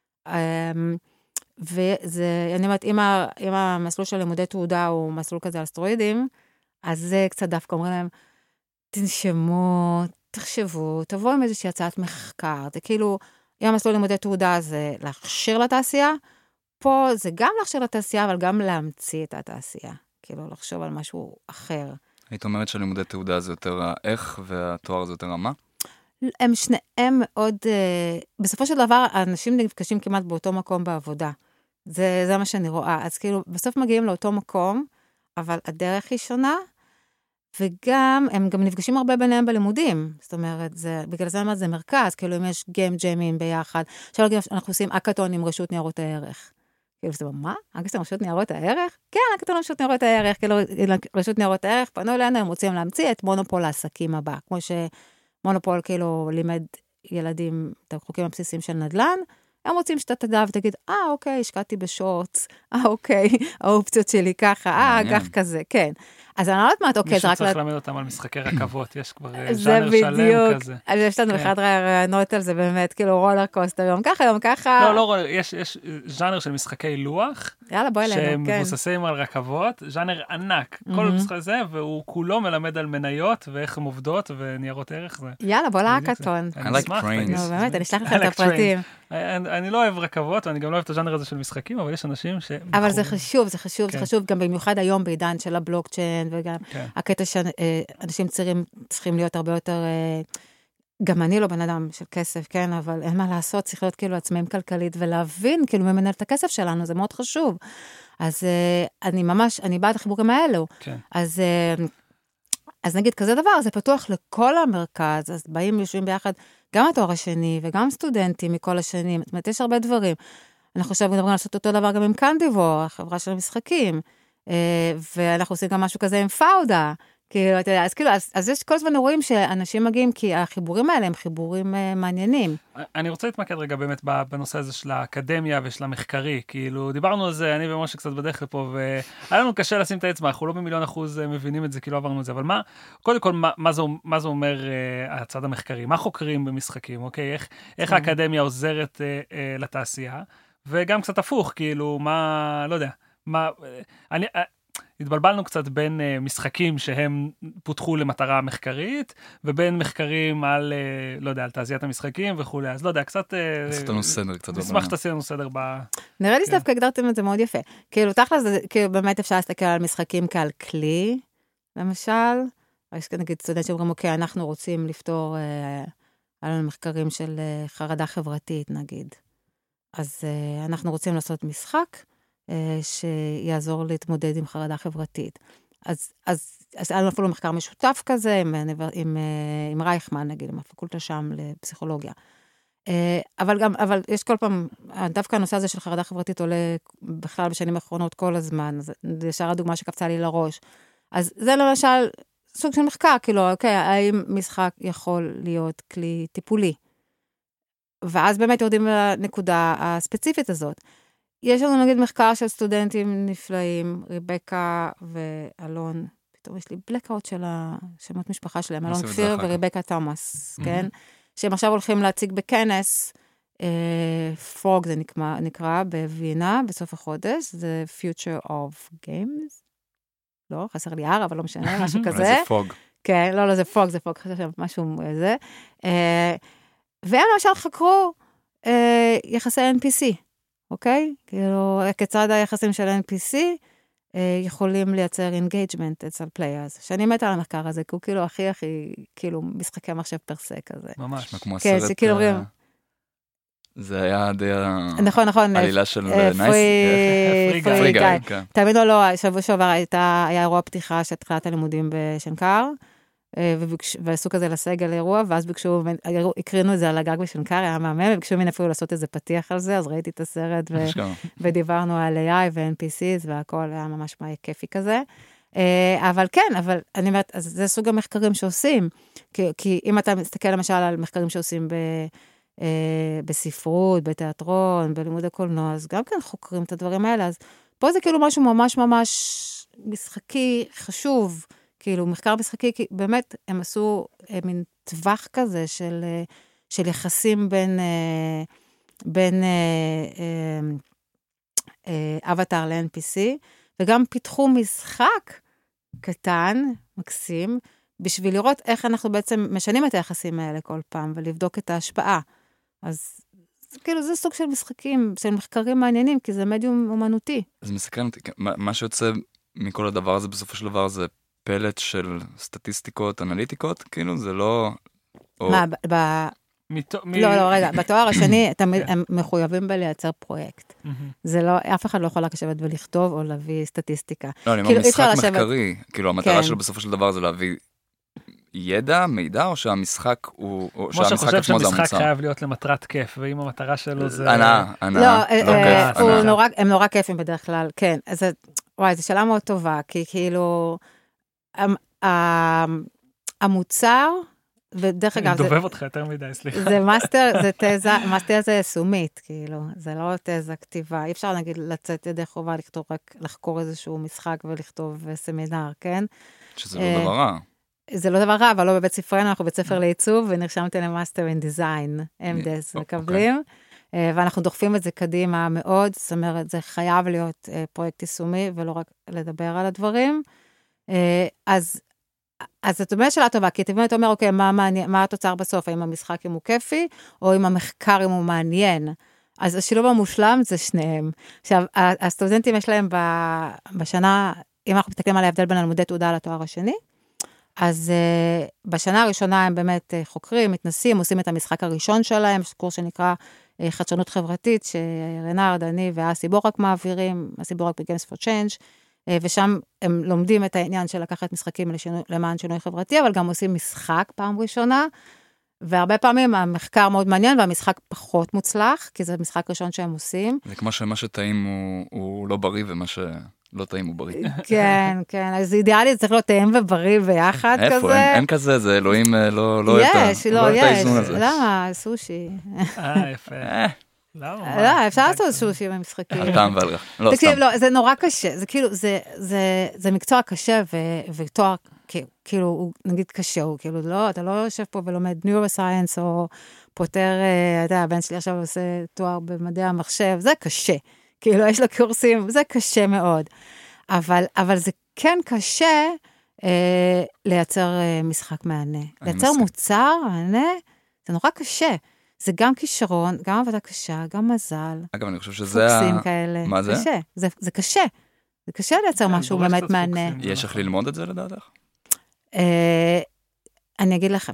וזה, אני אומרת, אם, ה, אם המסלול של לימודי תעודה הוא מסלול כזה על סטרואידים, אז זה קצת דווקא אומרים להם, תנשמו, תחשבו, תבואו עם איזושהי הצעת מחקר, זה כאילו, אם המסלול לימודי תעודה זה להכשיר לתעשייה, פה זה גם להכשיר לתעשייה, אבל גם להמציא את התעשייה, כאילו לחשוב על משהו אחר. היית אומרת שלימודי תעודה זה יותר האיך, והתואר זה יותר המה? הם שניהם מאוד, בסופו של דבר, האנשים נפגשים כמעט באותו מקום בעבודה. זה, זה מה שאני רואה. אז כאילו, בסוף מגיעים לאותו מקום, אבל הדרך היא שונה, וגם, הם גם נפגשים הרבה ביניהם בלימודים. זאת אומרת, זה, בגלל זה זה מרכז, כאילו, אם יש גיים ג'יימים ביחד. עכשיו, אנחנו עושים אקאטון עם רשות ניירות הערך. כאילו, זה מה? אקאטון רשות ניירות הערך? כן, אקאטון רשות ניירות הערך. כאילו, רשות ניירות הערך פנו אלינו, הם רוצים להמציא את מונופול העסקים הבא. כמו שמונופול, כאילו, לימד ילדים את החוקים הבסיסיים של נדל"ן, הם רוצים שאתה תדע ותגיד, אה, אוקיי, השקעתי בשורטס, אה, אוקיי, האופציות שלי ככה, אה, אגח כזה, כן. אז אני לא יודעת מה, אוקיי, זה רק... מישהו צריך ללמד אותם על משחקי רכבות, יש כבר ז'אנר שלם כזה. אז יש לנו אחד רעיונות על זה באמת, כאילו רולר קוסטר, יום ככה, יום ככה. לא, לא, יש ז'אנר של משחקי לוח, יאללה, בוא אלינו, כן. שמבוססים על רכבות, ז'אנר ענק, כל משחק הזה, והוא כולו מלמד על מניות, ואיך הן עובדות, וניירות ערך. יאללה, בוא להקאטון. I like trains. באמת, אני אשלח לכם את הפרטים. אני לא אוהב רכבות, ואני גם לא אוהב את הז'אנר הזה של משחקים, אבל יש אנשים ש... אבל זה חשוב, זה חשוב, זה חשוב, גם במיוחד היום בעידן של הבלוקצ'יין, וגם הקטע שאנשים צעירים צריכים להיות הרבה יותר, גם אני לא בן אדם של כסף, כן, אבל אין מה לעשות, צריך להיות כאילו עצמאים כלכלית, ולהבין כאילו מי מנהל את הכסף שלנו, זה מאוד חשוב. אז אני ממש, אני בעד החיבורים האלו. אז... אז נגיד כזה דבר, זה פתוח לכל המרכז, אז באים יושבים ביחד, גם התואר השני וגם סטודנטים מכל השנים, זאת אומרת, יש הרבה דברים. אנחנו עכשיו מדברים לעשות אותו דבר גם עם קנדיבור, החברה של המשחקים, ואנחנו עושים גם משהו כזה עם פאודה, כאילו, אתה יודע, אז כאילו, אז, אז יש כל הזמן רואים שאנשים מגיעים, כי החיבורים האלה הם חיבורים uh, מעניינים. אני רוצה להתמקד רגע באמת בנושא הזה של האקדמיה ושל המחקרי, כאילו, דיברנו על זה, אני ומשה קצת בדרך לפה, והיה לנו קשה לשים את האצבע, אנחנו לא במיליון אחוז מבינים את זה, כי לא עברנו את זה, אבל מה, קודם כל, מה, מה, זה, מה זה אומר uh, הצד המחקרי? מה חוקרים במשחקים, אוקיי? איך, איך האקדמיה עוזרת uh, uh, לתעשייה? וגם קצת הפוך, כאילו, מה, לא יודע, מה, אני... התבלבלנו קצת בין uh, משחקים שהם פותחו למטרה מחקרית, ובין מחקרים על, uh, לא יודע, על תעשיית המשחקים וכו'. אז לא יודע, קצת... עשית לנו סדר קצת. נשמח שתעשי לנו סדר ב... נראה לי שדווקא הגדרתם את זה מאוד יפה. כאילו, תכל'ס, כאילו, באמת אפשר להסתכל על משחקים כעל כלי, למשל. יש נגיד סטודנט שאומרים, אוקיי, אנחנו רוצים לפתור uh, על מחקרים של uh, חרדה חברתית, נגיד. אז uh, אנחנו רוצים לעשות משחק, שיעזור להתמודד עם חרדה חברתית. אז, אז, אז היה לנו אפילו מחקר משותף כזה, עם, עם, עם רייכמן, נגיד, עם הפקולטה שם לפסיכולוגיה. אבל גם, אבל יש כל פעם, דווקא הנושא הזה של חרדה חברתית עולה בכלל בשנים האחרונות כל הזמן, זה ישר הדוגמה שקפצה לי לראש. אז זה למשל סוג של מחקר, כאילו, אוקיי, האם משחק יכול להיות כלי טיפולי? ואז באמת יורדים לנקודה הספציפית הזאת. יש לנו נגיד מחקר של סטודנטים נפלאים, ריבקה ואלון, פתאום יש לי בלקאוט של השמות משפחה שלהם, אלון כפיר וריבקה תומאס, כן? שהם עכשיו הולכים להציג בכנס, פרוג זה נקרא, בווינה, בסוף החודש, זה Future of Games, לא, חסר לי הר, אבל לא משנה, משהו כזה. זה פרוג. כן, לא, לא, זה פרוג, זה פרוג, חסר שם משהו זה. והם למשל חקרו יחסי אן פי סי, אוקיי? כאילו, כצד היחסים של אן פי סי, יכולים לייצר אינגייג'מנט אצל פליירס. שאני מתה על המחקר הזה, כי הוא כאילו הכי הכי, כאילו, משחקי מחשב פרסה כזה. ממש. כמו כן, הסרט... שכאילו אומרים... זה היה די... נכון, נכון. עלילה של נייס. פרי גיא. תמיד או לא, שבוע שעבר היה אירוע פתיחה של תחילת הלימודים בשנקר, ועשו כזה לסגל אירוע, ואז ביקשו, הקרינו את זה על הגג בשנקר, היה מהמם, וביקשו ממני אפילו לעשות איזה פתיח על זה, אז ראיתי את הסרט, ודיברנו על איי איי ו-אן פי סיז, והכל היה ממש כיפי כזה. אבל כן, אבל אני אומרת, אז זה סוג המחקרים שעושים, כי אם אתה מסתכל למשל על מחקרים שעושים בספרות, בתיאטרון, בלימוד הקולנוע, אז גם כן חוקרים את הדברים האלה, אז פה זה כאילו משהו ממש ממש משחקי חשוב, כאילו, מחקר משחקי, כי באמת הם עשו מין טווח כזה של, של יחסים בין, בין אבטר ל-אן פי סי, וגם פיתחו משחק קטן, מקסים, בשביל לראות איך אנחנו בעצם משנים את היחסים האלה כל פעם, ולבדוק את ההשפעה. אז כאילו, זה סוג של משחקים, של מחקרים מעניינים, כי זה מדיום אומנותי. אז מסקרן אותי, מה שיוצא מכל הדבר הזה בסופו של דבר זה פלט של סטטיסטיקות, אנליטיקות, כאילו זה לא... מה, ב... לא, לא, רגע, בתואר השני הם מחויבים בלייצר פרויקט. זה לא, אף אחד לא יכול לשבת ולכתוב או להביא סטטיסטיקה. לא, אני אומר משחק מחקרי, כאילו המטרה שלו בסופו של דבר זה להביא ידע, מידע, או שהמשחק הוא... כמו שחושב שהמשחק חייב להיות למטרת כיף, ואם המטרה שלו זה... ענה, ענה, לא כיף. הם נורא כיפים בדרך כלל, כן. אז וואי, זו שאלה מאוד טובה, כי כאילו, המוצר, ודרך אגב, אני דובב אותך יותר מדי, סליחה. זה מאסטר, זה תזה, מאסטר זה יישומית, כאילו, זה לא תזה כתיבה. אי אפשר, נגיד, לצאת ידי חובה, לכתוב רק, לחקור איזשהו משחק ולכתוב סמינר, כן? שזה לא דבר רע. זה לא דבר רע, אבל לא בבית ספרנו, אנחנו בית ספר לעיצוב, ונרשמתי למאסטר אין דיזיין, אם דס מקבלים, ואנחנו דוחפים את זה קדימה מאוד, זאת אומרת, זה חייב להיות פרויקט יישומי, ולא רק לדבר על הדברים. אז, אז זאת אומרת שאלה טובה, כי אתה באמת אומר, אוקיי, מה, מה, מה התוצר בסוף? האם המשחק אם הוא כיפי, או אם המחקר אם הוא מעניין? אז השילוב המושלם זה שניהם. עכשיו, הסטודנטים יש להם בשנה, אם אנחנו מתקלים על ההבדל בין לימודי תעודה לתואר השני, אז uh, בשנה הראשונה הם באמת uh, חוקרים, מתנסים, עושים את המשחק הראשון שלהם, יש קורס שנקרא uh, חדשנות חברתית, שרנארד, אני ואסי בורק מעבירים, אסי בורק ב-Games for Change, uh, ושם הם לומדים את העניין של לקחת משחקים לשינוי, למען שינוי חברתי, אבל גם עושים משחק פעם ראשונה, והרבה פעמים המחקר מאוד מעניין, והמשחק פחות מוצלח, כי זה משחק ראשון שהם עושים. זה כמו שמה שטעים הוא, הוא לא בריא, ומה ש... לא טעים הוא בריא. כן, כן, אז אידיאלי זה צריך להיות טעים ובריא ביחד כזה. איפה, אין כזה, זה אלוהים לא אוהב את האיזון הזה. למה, סושי. אה, יפה. למה? לא, אפשר לעשות סושי במשחקים. על טעם ועל ריח. לא, סתם. לא, זה נורא קשה, זה כאילו, זה מקצוע קשה, ותואר, כאילו, נגיד קשה, הוא כאילו, לא, אתה לא יושב פה ולומד ניורוסייאנס, או פותר, אתה יודע, הבן שלי עכשיו עושה תואר במדעי המחשב, זה קשה. כאילו, יש לו קורסים, זה קשה מאוד. אבל, אבל זה כן קשה אה, לייצר אה, משחק מענה. לייצר מסכים. מוצר, מענה, זה נורא קשה. זה גם כישרון, גם עבודה קשה, גם מזל. אגב, אני חושב שזה... פוקסים כאלה. מה זה? קשה. זה, זה קשה. זה קשה לייצר משהו באמת מענה. יש איך ללמוד את זה לדעתך? אה, אני אגיד לכם.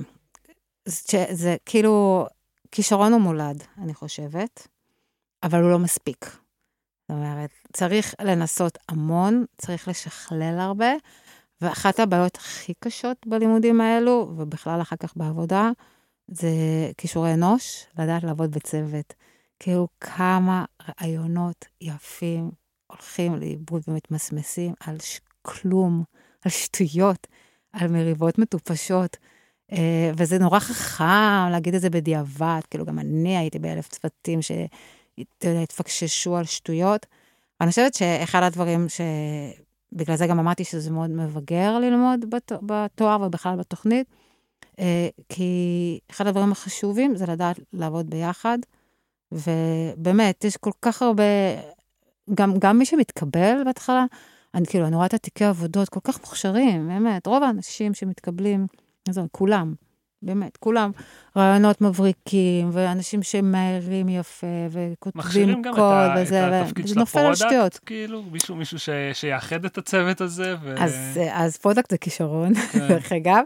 זה, זה כאילו, כישרון הוא מולד, אני חושבת, אבל הוא לא מספיק. זאת אומרת, צריך לנסות המון, צריך לשכלל הרבה, ואחת הבעיות הכי קשות בלימודים האלו, ובכלל אחר כך בעבודה, זה כישורי אנוש, לדעת לעבוד בצוות. כאילו כמה רעיונות יפים הולכים לאיבוד ומתמסמסים על כלום, על שטויות, על מריבות מטופשות, וזה נורא חכם להגיד את זה בדיעבד, כאילו גם אני הייתי באלף צוותים ש... התפקששו על שטויות. אני חושבת שאחד הדברים שבגלל זה גם אמרתי שזה מאוד מבגר ללמוד בתואר ובכלל בתוכנית, כי אחד הדברים החשובים זה לדעת לעבוד ביחד, ובאמת יש כל כך הרבה, גם, גם מי שמתקבל בהתחלה, אני כאילו, אני רואה את התיקי עבודות כל כך מוכשרים, באמת, רוב האנשים שמתקבלים, אז כולם, באמת, כולם רעיונות מבריקים, ואנשים שמהירים יפה, וכותבים קוד, וזה, מחשיבים גם את התפקיד של הפרודקט, כאילו, מישהו, מישהו שיאחד את הצוות הזה. אז פרודקט זה כישרון, דרך אגב.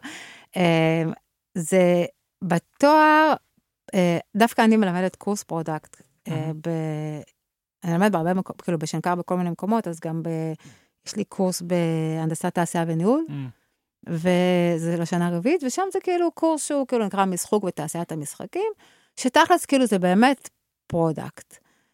זה בתואר, דווקא אני מלמדת קורס פרודקט, אני מלמד בהרבה מקומות, כאילו בשנקר בכל מיני מקומות, אז גם יש לי קורס בהנדסת תעשייה וניהול, וזה לשנה רביעית, ושם זה כאילו קורס שהוא כאילו נקרא משחוק ותעשיית המשחקים, שתכלס כאילו זה באמת פרודקט.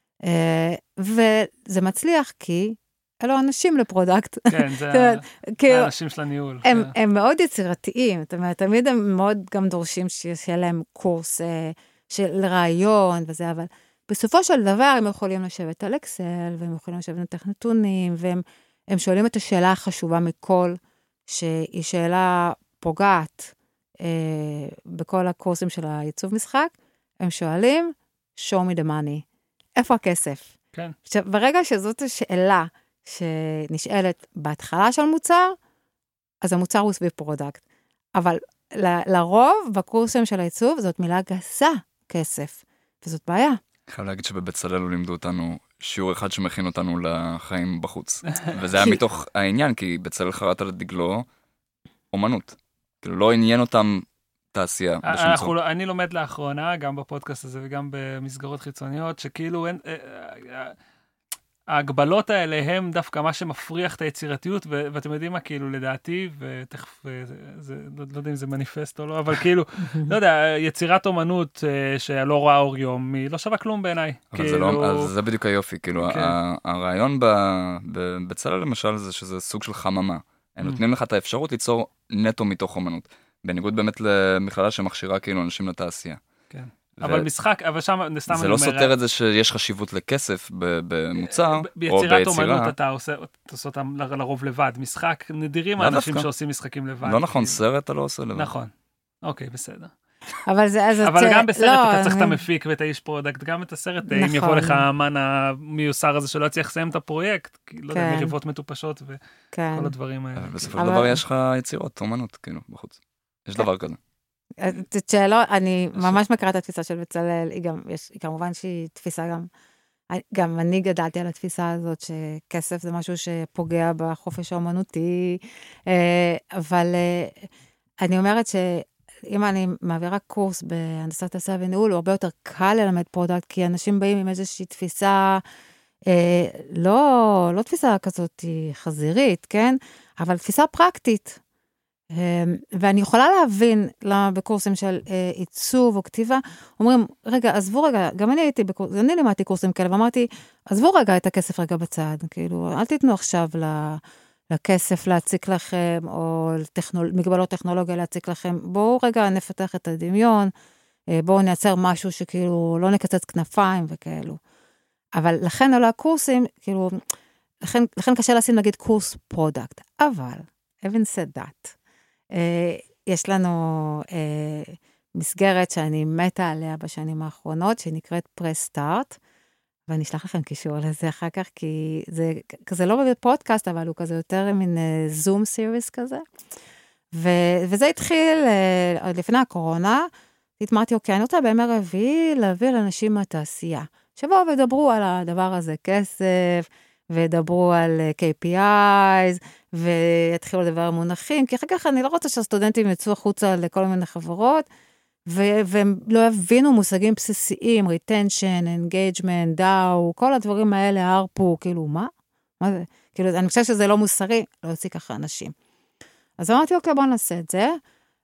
וזה מצליח כי אלו אנשים לפרודקט. כן, זה האנשים של הניהול. הם מאוד יצירתיים, זאת אומרת, תמיד הם מאוד גם דורשים שיהיה להם קורס של רעיון וזה, אבל בסופו של דבר הם יכולים לשבת על אקסל, והם יכולים לשבת על נתונים, והם שואלים את השאלה החשובה מכל, שהיא שאלה פוגעת אה, בכל הקורסים של הייצוב משחק, הם שואלים, show me the money. איפה הכסף? כן. עכשיו, ברגע שזאת השאלה שנשאלת בהתחלה של מוצר, אז המוצר הוא סביב פרודקט. אבל ל- לרוב, בקורסים של הייצוב, זאת מילה גסה, כסף. וזאת בעיה. אני חייב להגיד שבבצלאל לימדו אותנו שיעור אחד שמכין אותנו לחיים בחוץ. וזה היה מתוך העניין, כי בצלאל חרט על דגלו אומנות. כאילו לא עניין אותם תעשייה בשום צורה. אני לומד לאחרונה, גם בפודקאסט הזה וגם במסגרות חיצוניות, שכאילו אין... ההגבלות האלה הם דווקא מה שמפריח את היצירתיות, ו- ואתם יודעים מה, כאילו, לדעתי, ותכף, זה, זה, לא, לא יודע אם זה מניפסט או לא, אבל כאילו, לא יודע, יצירת אומנות uh, שלא רואה אור יום, היא לא שווה כלום בעיניי. אבל כאילו... זה, לא, אז זה בדיוק היופי, כאילו, okay. הרעיון בבצלאל למשל זה שזה סוג של חממה. הם נותנים לך את האפשרות ליצור נטו מתוך אומנות, בניגוד באמת למכללה שמכשירה כאילו אנשים לתעשייה. כן. אבל משחק, אבל שם, סתם זה לא סותר את זה שיש חשיבות לכסף במוצר, או ביצירה. ביצירת אומנות אתה עושה אותם לרוב לבד. משחק, נדירים האנשים שעושים משחקים לבד. לא נכון, סרט אתה לא עושה לבד. נכון. אוקיי, בסדר. אבל זה, אז אבל גם בסרט אתה צריך את המפיק ואת האיש פרודקט, גם את הסרט, אם יבוא לך האמן המיוסר הזה שלא יצליח לסיים את הפרויקט, לא יודע, מריבות מטופשות וכל הדברים האלה. בסופו של דבר יש לך יצירות, אומנות, כאילו, בחוץ. יש דבר כזה. את שאלו, אני ממש מכירה את התפיסה של בצלאל, היא גם, יש, כמובן שהיא תפיסה גם, גם אני גדלתי על התפיסה הזאת, שכסף זה משהו שפוגע בחופש האומנותי, אבל אני אומרת שאם אני מעבירה קורס בהנדסת תעשייה וניהול, הוא הרבה יותר קל ללמד פרודקט, כי אנשים באים עם איזושהי תפיסה, לא, לא תפיסה כזאת חזירית, כן? אבל תפיסה פרקטית. ואני יכולה להבין למה בקורסים של עיצוב או כתיבה, אומרים, רגע, עזבו רגע, גם אני הייתי בקורס, אני לימדתי קורסים כאלה, ואמרתי, עזבו רגע את הכסף רגע בצד, כאילו, אל תיתנו עכשיו לכסף להציק לכם, או מגבלות טכנולוגיה להציק לכם, בואו רגע נפתח את הדמיון, בואו נייצר משהו שכאילו לא נקצץ כנפיים וכאלו. אבל לכן עולה הקורסים, כאילו, לכן, לכן קשה לשים נגיד קורס פרודקט, אבל, having said that, Uh, יש לנו uh, מסגרת שאני מתה עליה בשנים האחרונות, שנקראת פרס-סטארט, ואני אשלח לכם קישור לזה אחר כך, כי זה כזה לא בפודקאסט, אבל הוא כזה יותר מין זום uh, סיריס כזה, ו- וזה התחיל uh, לפני הקורונה, התמרתי, אוקיי, אני רוצה בימי רביעי להביא לאנשים מהתעשייה, שבואו ודברו על הדבר הזה, כסף, ודברו על קיי פי איז, ויתחילו לדבר על מונחים, כי אחר כך אני לא רוצה שהסטודנטים יצאו החוצה לכל מיני חברות, ו- והם לא יבינו מושגים בסיסיים, retention, engagement, דאו, כל הדברים האלה, הרפו, כאילו, מה? מה זה? כאילו, אני חושבת שזה לא מוסרי, לא יוציא ככה אנשים. אז אמרתי, אוקיי, בואו נעשה את זה.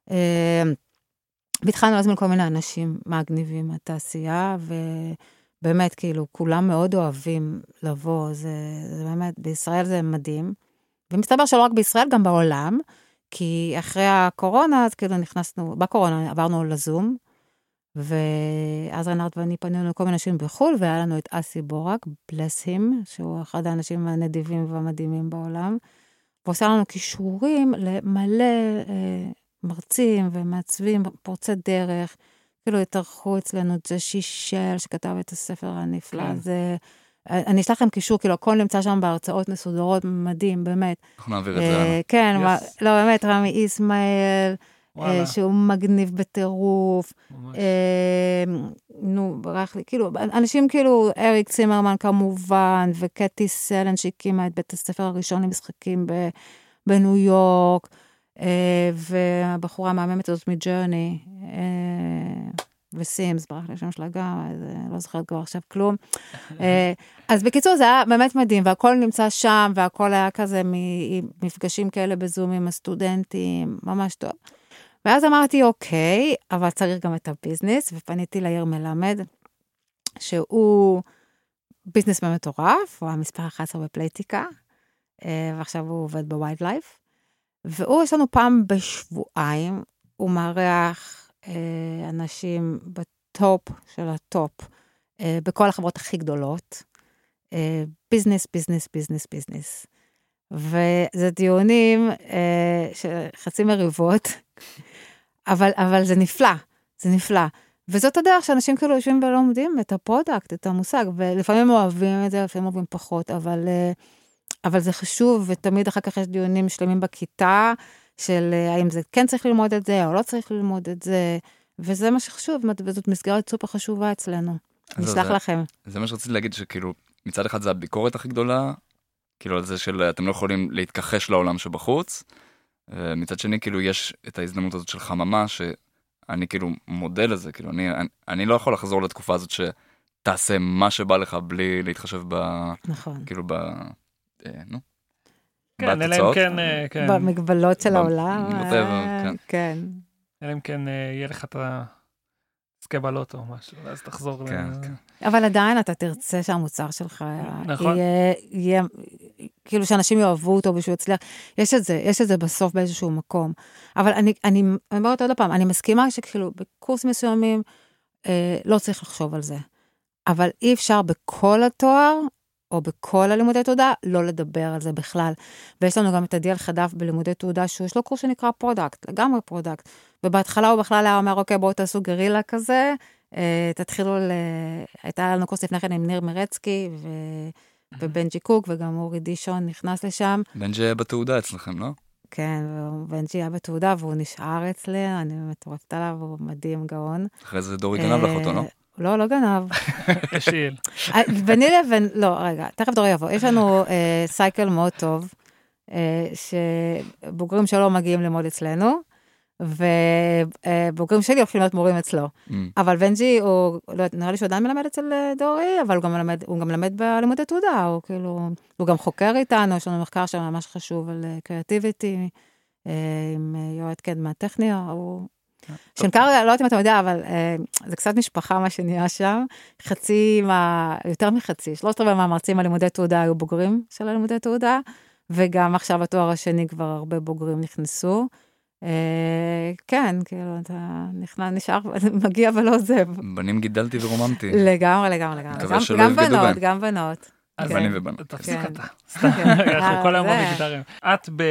והתחלנו להזמין כל מיני אנשים מגניבים מהתעשייה, ו... באמת, כאילו, כולם מאוד אוהבים לבוא, זה, זה באמת, בישראל זה מדהים, ומסתבר שלא רק בישראל, גם בעולם, כי אחרי הקורונה, אז כאילו נכנסנו, בקורונה עברנו לזום, ואז רנארד ואני פנינו לכל מיני אנשים בחול, והיה לנו את אסי בורק, bless him, שהוא אחד האנשים הנדיבים והמדהימים בעולם, ועושה לנו קישורים למלא אה, מרצים ומעצבים, פורצי דרך, כאילו התארחו אצלנו את זה שישל, שכתב את הספר הנפלא הזה. אני אשלח לכם קישור, כאילו הכל נמצא שם בהרצאות מסודרות, מדהים, באמת. אנחנו נעביר את זה. כן, לא, באמת, רמי איסמעאל, שהוא מגניב בטירוף. נו, ברח לי, כאילו, אנשים כאילו, אריק צימרמן כמובן, וקטי סלן שהקימה את בית הספר הראשון למשחקים בניו יורק, והבחורה המאממת הזאת מג'רני, וסימס, ברח לי השם שלה גם, לא זוכרת כבר עכשיו כלום. אז בקיצור, זה היה באמת מדהים, והכל נמצא שם, והכל היה כזה מפגשים כאלה בזום עם הסטודנטים, ממש טוב. ואז אמרתי, אוקיי, אבל צריך גם את הביזנס, ופניתי ליאיר מלמד, שהוא ביזנס מטורף, הוא המספר אחת עשרה בפלייטיקה, ועכשיו הוא עובד בווילד לייף, והוא יש לנו פעם בשבועיים, הוא מארח אה, אנשים בטופ של הטופ, אה, בכל החברות הכי גדולות, אה, ביזנס, ביזנס, ביזנס, ביזנס. וזה דיונים אה, שחצי מריבות, אבל, אבל זה נפלא, זה נפלא. וזאת הדרך שאנשים כאילו יושבים ולומדים את הפרודקט, את המושג, ולפעמים אוהבים את זה, לפעמים אוהבים פחות, אבל... אה, אבל זה חשוב, ותמיד אחר כך יש דיונים שלמים בכיתה, של האם זה כן צריך ללמוד את זה, או לא צריך ללמוד את זה, וזה מה שחשוב, וזאת מסגרת סופר חשובה אצלנו. נשלח לכם. זה מה שרציתי להגיד, שכאילו, מצד אחד זה הביקורת הכי גדולה, כאילו על זה של אתם לא יכולים להתכחש לעולם שבחוץ, ומצד שני, כאילו, יש את ההזדמנות הזאת של חממה, שאני כאילו מודל לזה, כאילו, אני, אני, אני לא יכול לחזור לתקופה הזאת שתעשה מה שבא לך בלי להתחשב ב... נכון. כאילו, ב... אה, נו. כן, אלא אם כן, כן. במגבלות של העולם. כן. כן. אלא אם כן יהיה לך את הסקה בלוטו או משהו, ואז תחזור. אבל עדיין אתה תרצה שהמוצר שלך יהיה, כאילו שאנשים יאהבו אותו ושהוא יצליח. יש את זה, יש את זה בסוף באיזשהו מקום. אבל אני, אני אומרת עוד פעם, אני מסכימה שכאילו בקורס מסוימים לא צריך לחשוב על זה. אבל אי אפשר בכל התואר, או בכל הלימודי תעודה, לא לדבר על זה בכלל. ויש לנו גם את הדיאל חדף בלימודי תעודה, שיש לו קורס שנקרא פרודקט, לגמרי פרודקט. ובהתחלה הוא בכלל היה אומר, אוקיי, בואו תעשו גרילה כזה, תתחילו ל... הייתה לנו קורס לפני כן עם ניר מרצקי, ו... ובנג'י קוק, וגם אורי דישון נכנס לשם. בנג'י היה בתעודה אצלכם, לא? כן, בנג'י היה בתעודה, והוא נשאר אצלי, אני מטורפת עליו, הוא מדהים, גאון. אחרי זה דורי גנב לך אותו, לא? לא, לא גנב. קשיל. ביני לבין, לא, רגע, תכף דורי יבוא. יש לנו סייקל מאוד טוב, שבוגרים שלו מגיעים ללמוד אצלנו, ובוגרים שלי הולכים להיות מורים אצלו. אבל בנג'י, נראה לי שהוא עדיין מלמד אצל דורי, אבל הוא גם מלמד בלימודי תעודה, הוא כאילו, הוא גם חוקר איתנו, יש לנו מחקר שממש חשוב על קריאטיביטי, עם יועד קד מהטכניה, הוא... שנקר, לא יודעת אם אתה יודע, אבל אה, זה קצת משפחה מה שנהיה שם, חצי, מה, יותר מחצי, שלושת רבעי מהמרצים על לימודי תעודה היו בוגרים של הלימודי תעודה, וגם עכשיו התואר השני כבר הרבה בוגרים נכנסו. אה, כן, כאילו, אתה נכנס, נשאר, מגיע ולא עוזב. בנים גידלתי ורוממתי. לגמרי, לגמרי, לגמרי. גם, גם בנות, גם בנות. אז בנים ובנות. תפסיק אתה. אנחנו כל היום במגדרים. את ב...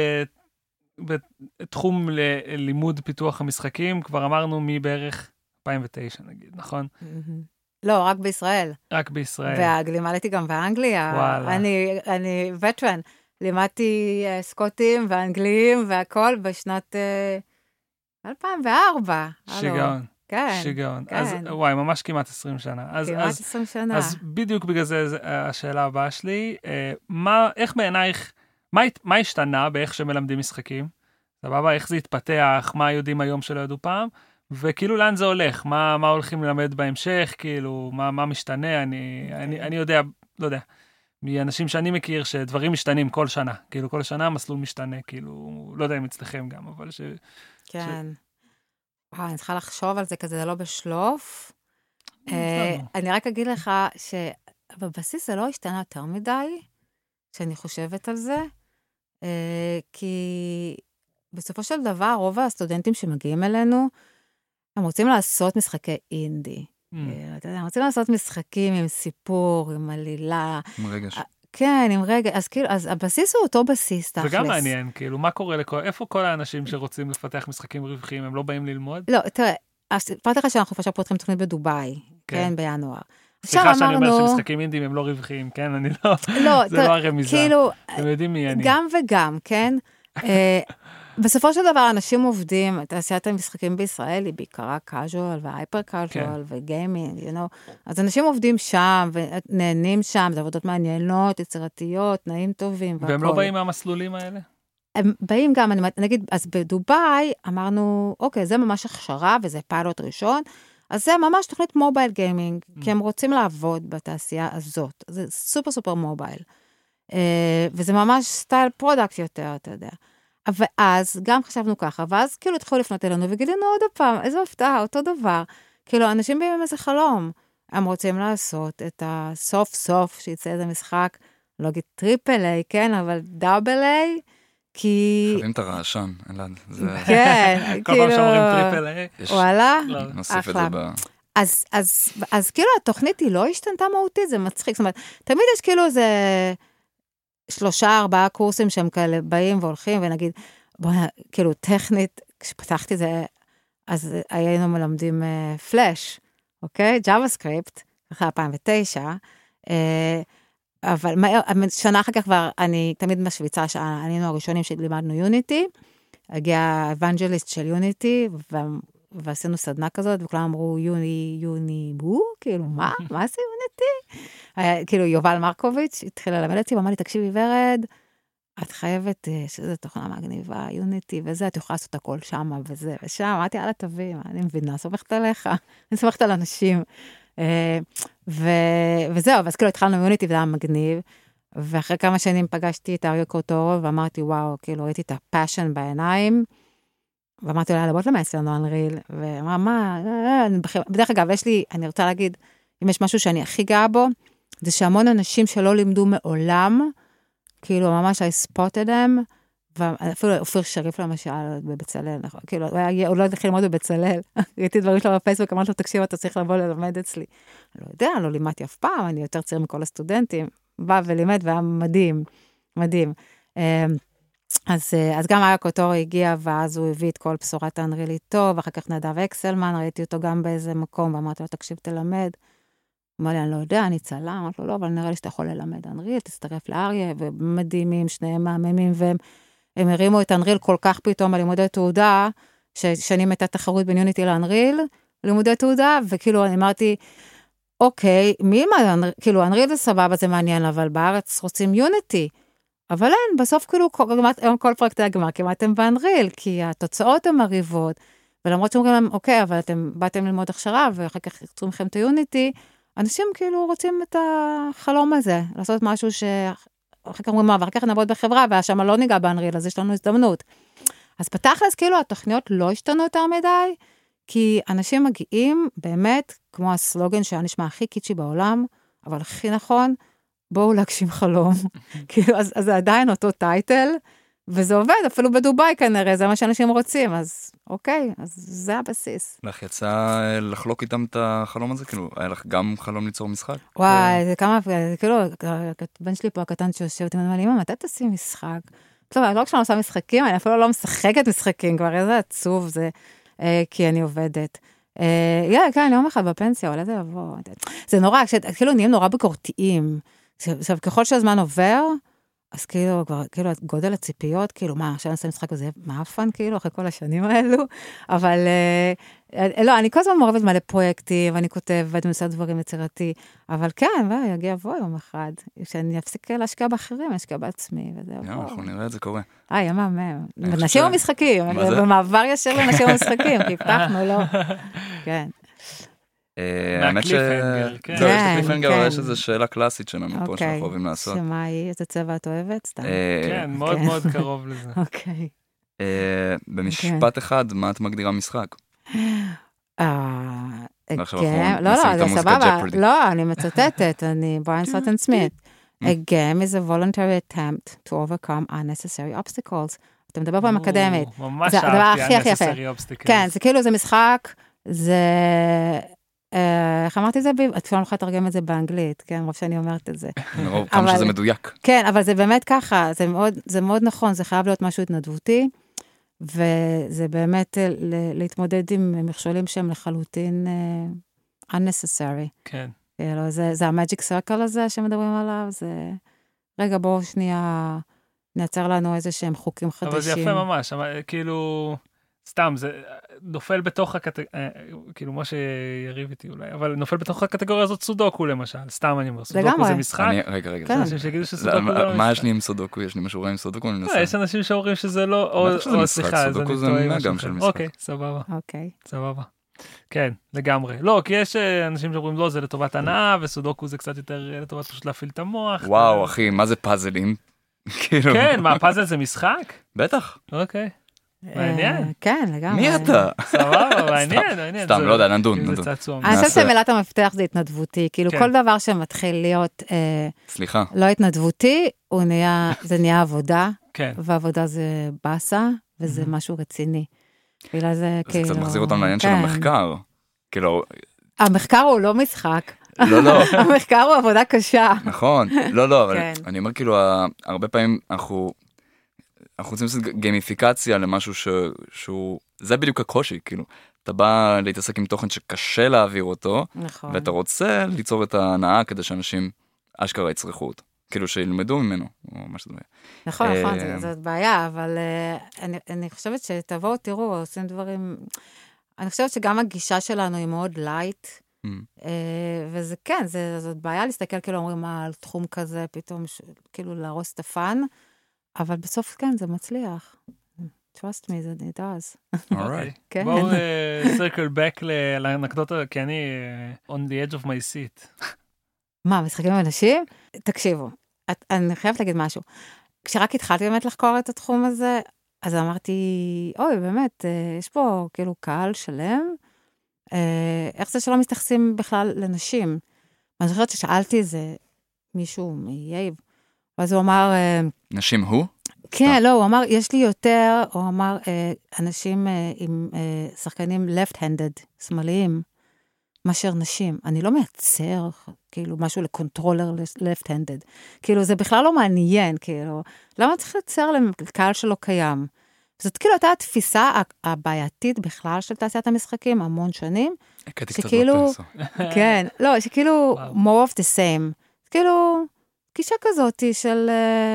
בתחום ללימוד פיתוח המשחקים, כבר אמרנו מבערך אלפיים ותשע נגיד, נכון? לא, רק בישראל. רק בישראל. ולימדתי גם באנגליה. וואלה. אני, אני וטרן, לימדתי סקוטים ואנגליים והכל בשנת אלפיים וארבע. שיגעון. כן. שיגעון. אז וואי, ממש כמעט עשרים שנה. כמעט עשרים שנה. אז בדיוק בגלל זה השאלה הבאה שלי, מה, איך בעינייך, מה, מה השתנה באיך שמלמדים משחקים? סבבה, איך זה התפתח, מה יודעים היום שלא ידעו פעם, וכאילו לאן זה הולך, מה, מה הולכים ללמד בהמשך, כאילו, מה, מה משתנה, אני, okay. אני, אני יודע, לא יודע, מאנשים שאני מכיר שדברים משתנים כל שנה, כאילו כל שנה המסלול משתנה, כאילו, לא יודע אם אצלכם גם, אבל ש... כן. ש... וואו, אני צריכה לחשוב על זה כזה, זה לא בשלוף. אה, אני רק אגיד לך שבבסיס זה לא השתנה יותר מדי, שאני חושבת על זה, אה, כי בסופו של דבר, רוב הסטודנטים שמגיעים אלינו, הם רוצים לעשות משחקי אינדי. Mm. אתה יודע, הם רוצים לעשות משחקים עם סיפור, עם עלילה. עם רגש. כן, עם רגש. אז כאילו, אז הבסיס הוא אותו בסיס, תכלס. זה גם מעניין, כאילו, מה קורה לכל, איפה כל האנשים שרוצים לפתח משחקים רווחיים, הם לא באים ללמוד? לא, תראה, פרט לך שאנחנו עכשיו פותחים תוכנית בדוביי, כן, כן בינואר. סליחה שאני אומר שמשחקים אינדים הם לא רווחיים, כן? אני לא, לא, זה לא הרמיזה. כאילו, אתם יודעים מי אני. גם וגם, כן? בסופו של דבר, אנשים עובדים, תעשיית המשחקים בישראל היא בעיקרה קאז'ואל והייפר קאז'ואל וגיימינג, you know. אז אנשים עובדים שם ונהנים שם, זה עבודות מעניינות, יצירתיות, תנאים טובים והכל. והם לא באים מהמסלולים האלה? הם באים גם, אני נגיד, אז בדוביי אמרנו, אוקיי, זה ממש הכשרה וזה פיילוט ראשון, אז זה ממש תוכנית מובייל גיימינג, כי הם רוצים לעבוד בתעשייה הזאת. זה סופר סופר מובייל. וזה ממש סטייל פרודקט יותר, אתה יודע. ואז גם חשבנו ככה, ואז כאילו התחילו לפנות אלינו, וגילינו עוד הפעם, איזו הפתעה, אותו דבר. כאילו, אנשים באים עם איזה חלום. הם רוצים לעשות את הסוף סוף, שיצא איזה משחק, לא אגיד טריפל איי, כן, אבל דאבל איי, כי... חייבים את הרעשן, אלעד. כן, כאילו... כל פעם שאומרים טריפל איי. וואלה, נוסיף את זה ב... אז, אז, אז כאילו התוכנית היא לא השתנתה מהותית, זה מצחיק, זאת אומרת, תמיד יש כאילו איזה שלושה, ארבעה קורסים שהם כאלה באים והולכים, ונגיד, בוא, כאילו טכנית, כשפתחתי זה, אז היינו מלמדים uh, פלאש, אוקיי? ג'אווה סקריפט, אחרי אלפיים ותשע, uh, אבל שנה אחר כך כבר, אני תמיד משוויצה, היינו הראשונים שלימדנו יוניטי, הגיע אבנג'ליסט של יוניטי, ועשינו סדנה כזאת, וכולם אמרו, יוני, יוני, בו, כאילו, מה? מה זה יוניטי? כאילו, יובל מרקוביץ' התחיל ללמד אותי, ואמר לי, תקשיבי ורד, את חייבת שזה תוכנה מגניבה, יוניטי וזה, את יכולה לעשות הכל שמה וזה ושם, אמרתי, יאללה תביא, אני מבינה, סומכת עליך, אני סומכת על אנשים. וזהו, אז כאילו התחלנו יוניטי וזה היה מגניב, ואחרי כמה שנים פגשתי את אריו קוטורו, ואמרתי, וואו, כאילו ראיתי את הפאשן בעיניים, ואמרתי לה, לבוא למעשה לנו אנריל, ואמרה, מה, בדרך אגב, יש לי, אני רוצה להגיד, אם יש משהו שאני הכי גאה בו, זה שהמון אנשים שלא לימדו מעולם, כאילו ממש I spotted them, ואפילו אופיר שריף למשל בבצלאל, כאילו, הוא לא התחיל ללמוד בבצלאל, ראיתי דברים שלו בפייסבוק, אמרתי לו, תקשיב, אתה צריך לבוא ללמד אצלי. אני לא יודע, לא לימדתי אף פעם, אני יותר צעיר מכל הסטודנטים, בא ולימד, והיה מדהים, מדהים. אז, אז גם אריו קוטורו הגיע, ואז הוא הביא את כל בשורת האנריל איתו, ואחר כך נדב אקסלמן, ראיתי אותו גם באיזה מקום, ואמרתי לו, תקשיב, תלמד. אמר לי, אני לא יודע, אני צלם, אמרתי לו, לא, אבל נראה לי שאתה יכול ללמד אנריל, תצטרף לאריה, ומדהימים, שניהם מהממים, והם הם הרימו את אנריל כל כך פתאום על לימודי תעודה, ששנים הייתה תחרות בין יוניטי לאנריל, לימודי תעודה, וכאילו אני אמרתי, אוקיי, מי ילמד אנריל? כאילו, אנריל זה סבבה, זה מעניין, אבל בארץ רוצים יוניטי. אבל אין, בסוף כאילו, היום כל פרקטי הגמר, כמעט הם באנריל, כי התוצאות הן מריבות, ולמרות שאומרים להם, אוקיי, אבל אתם באתם ללמוד הכשרה, ואחר כך יצרו מכם את היוניטי, אנשים כאילו רוצים את החלום הזה, לעשות משהו ש... אחר כך אומרים מה, ואחר כך נעבוד בחברה, והשם לא ניגע באנריל, אז יש לנו הזדמנות. אז בתכלס, כאילו, התוכניות לא השתנו יותר מדי, כי אנשים מגיעים, באמת, כמו הסלוגן שהיה נשמע הכי קיצ'י בעולם, אבל הכי נכון, בואו להגשים חלום. כאילו, אז, אז זה עדיין אותו טייטל, וזה עובד, אפילו בדוביי כנראה, זה מה שאנשים רוצים, אז אוקיי, אז זה הבסיס. לך יצא לחלוק איתם את החלום הזה? כאילו, היה לך גם חלום ליצור משחק? וואי, זה כמה, כאילו, בן שלי פה הקטן שיושב, אתם אומרים לי, אמא, מתי תשים משחק? טוב, לא רק שאני עושה משחקים, אני אפילו לא משחקת משחקים, כבר איזה עצוב זה, כי אני עובדת. יאללה, כן, יום אחד בפנסיה, אולי זה יבוא. זה נורא, כאילו נהיים נורא ביקורתיים. עכשיו, ככל שהזמן עובר, אז כאילו, כבר, כאילו, גודל הציפיות, כאילו, מה, עכשיו אני עושה משחק וזה מאפן, כאילו, אחרי כל השנים האלו, אבל, אה, לא, אני כל הזמן מעורבת מלא פרויקטים, ואני כותבת ומנסה דברים יצירתי, אבל כן, יגיע בוא יום אחד, שאני אפסיק להשקיע באחרים, להשקיע בעצמי, וזה יאללה, אנחנו נראה את זה קורה. אה, ימה, מה, נשים ומשחקים, במעבר ישר לנשים ומשחקים, כי פתחנו, לא, כן. האמת ש... יש לקליפהנגר, יש איזו שאלה קלאסית שלנו פה שאנחנו אוהבים לעשות. שמה היא? איזה צבע את אוהבת? סתם. כן, מאוד מאוד קרוב לזה. אוקיי. במשפט אחד, מה את מגדירה משחק? אה... לא, לא, זה סבבה. לא, אני מצטטת, אני בריאן סוטן סמית. A game is a voluntary attempt to overcome unnecessary obstacles. אתה מדבר פעם אקדמית. ממש אהבתי unnecessary obstacles. כן, זה כאילו, זה משחק, זה... איך אמרתי את זה? את לא יכולה לתרגם את זה באנגלית, כן, רוב שאני אומרת את זה. כמה שזה מדויק. כן, אבל זה באמת ככה, זה מאוד נכון, זה חייב להיות משהו התנדבותי, וזה באמת להתמודד עם מכשולים שהם לחלוטין unnecessary. כן. זה המאג'יק סרקל הזה שמדברים עליו, זה... רגע, בואו שנייה נעצר לנו איזה שהם חוקים חדשים. אבל זה יפה ממש, כאילו... סתם, זה נופל בתוך הקטגוריה, כאילו מה שיריב איתי אולי, אבל נופל בתוך הקטגוריה הזאת סודוקו למשל, סתם אני אומר, סודוקו זה משחק. רגע, רגע. יש אנשים שיגידו שסודוקו זה לא משחק. מה יש לי עם סודוקו? יש לי משהו רע עם סודוקו? יש אנשים שאומרים שזה לא, או סליחה, סודוקו זה גם של משחק. אוקיי, סבבה. אוקיי. סבבה. כן, לגמרי. לא, כי יש אנשים שאומרים לא, זה לטובת הנאה, וסודוקו זה קצת יותר לטובת פשוט להפעיל את המוח. וואו, אחי, מה זה פאזלים? כן, מה, פאזל זה משחק? בטח. אוקיי. מעניין. כן, לגמרי. מי אתה? סבבה, מעניין, מעניין. סתם, לא יודע, נדון, נדון. אני חושבת שמילת המפתח זה התנדבותי, כאילו כל דבר שמתחיל להיות סליחה. לא התנדבותי, זה נהיה עבודה, כן. ועבודה זה בסה, וזה משהו רציני. בגלל זה כאילו... זה קצת מחזיר אותם לעניין של המחקר. כאילו... המחקר הוא לא משחק. לא, לא. המחקר הוא עבודה קשה. נכון, לא, לא, אבל אני אומר כאילו, הרבה פעמים אנחנו... אנחנו רוצים לעשות גיימיפיקציה למשהו ש... שהוא... זה בדיוק הקושי, כאילו. אתה בא להתעסק עם תוכן שקשה להעביר אותו, נכון. ואתה רוצה ליצור את ההנאה כדי שאנשים אשכרה יצרכו אותו. כאילו שילמדו ממנו, או משהו דומה. נכון, נכון, זאת בעיה, אבל אני, אני חושבת שתבואו, תראו, עושים דברים... אני חושבת שגם הגישה שלנו היא מאוד לייט, וזה כן, זאת בעיה להסתכל, כאילו אומרים על תחום כזה, פתאום כאילו להרוס את הפן, אבל בסוף כן, זה מצליח. Trust me, it does. Alright. בואו circle back לאנקדוטה, כי אני on the edge of my seat. מה, משחקים עם אנשים? תקשיבו, אני חייבת להגיד משהו. כשרק התחלתי באמת לחקור את התחום הזה, אז אמרתי, אוי, באמת, יש פה כאילו קהל שלם, איך זה שלא מתייחסים בכלל לנשים? ואני חושבת ששאלתי איזה מישהו מייב, ואז הוא אמר... נשים הוא? כן, לא, הוא אמר, יש לי יותר, הוא אמר, אנשים עם שחקנים left-handed, שמאליים, מאשר נשים. אני לא מייצר, כאילו, משהו לקונטרולר left-handed. כאילו, זה בכלל לא מעניין, כאילו, למה צריך לייצר לקהל שלא קיים? זאת כאילו הייתה התפיסה הבעייתית בכלל של תעשיית המשחקים, המון שנים. שכאילו, כן, לא, שכאילו, more of the same. כאילו, גישה כזאת של...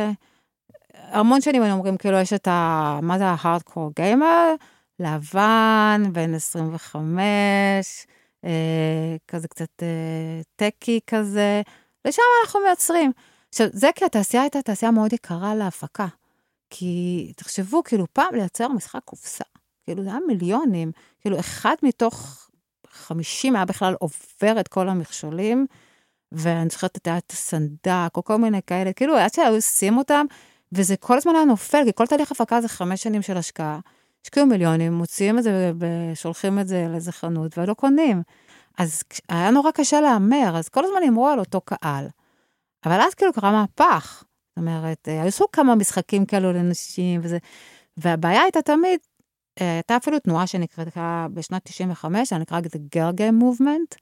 המון שנים אני אומרים, כאילו, יש את ה... מה זה ההארדקור גיימר? לבן, בן עשרים וחמש, אה, כזה קצת אה, טקי כזה, ושם אנחנו מייצרים. עכשיו, זה כי התעשייה הייתה תעשייה מאוד יקרה להפקה. כי תחשבו, כאילו, פעם לייצר משחק קופסה. כאילו, זה היה מיליונים. כאילו, אחד מתוך חמישים היה בכלל עובר את כל המכשולים, ואני זוכרת את הסנדק, או כל מיני כאלה. כאילו, עד שהיו עושים אותם, וזה כל הזמן היה נופל, כי כל תהליך הפקה זה חמש שנים של השקעה. השקיעו מיליונים, מוציאים את זה, שולחים את זה לאיזה חנות, ולא קונים. אז היה נורא קשה לאמר, אז כל הזמן אמרו על אותו קהל. אבל אז כאילו קרה מהפך. זאת אומרת, היו סוג כמה משחקים כאלו לנשים, וזה, והבעיה הייתה תמיד, הייתה אפילו תנועה שנקראת בשנת תשעים וחמש, שנקרא The Girl Game Movement,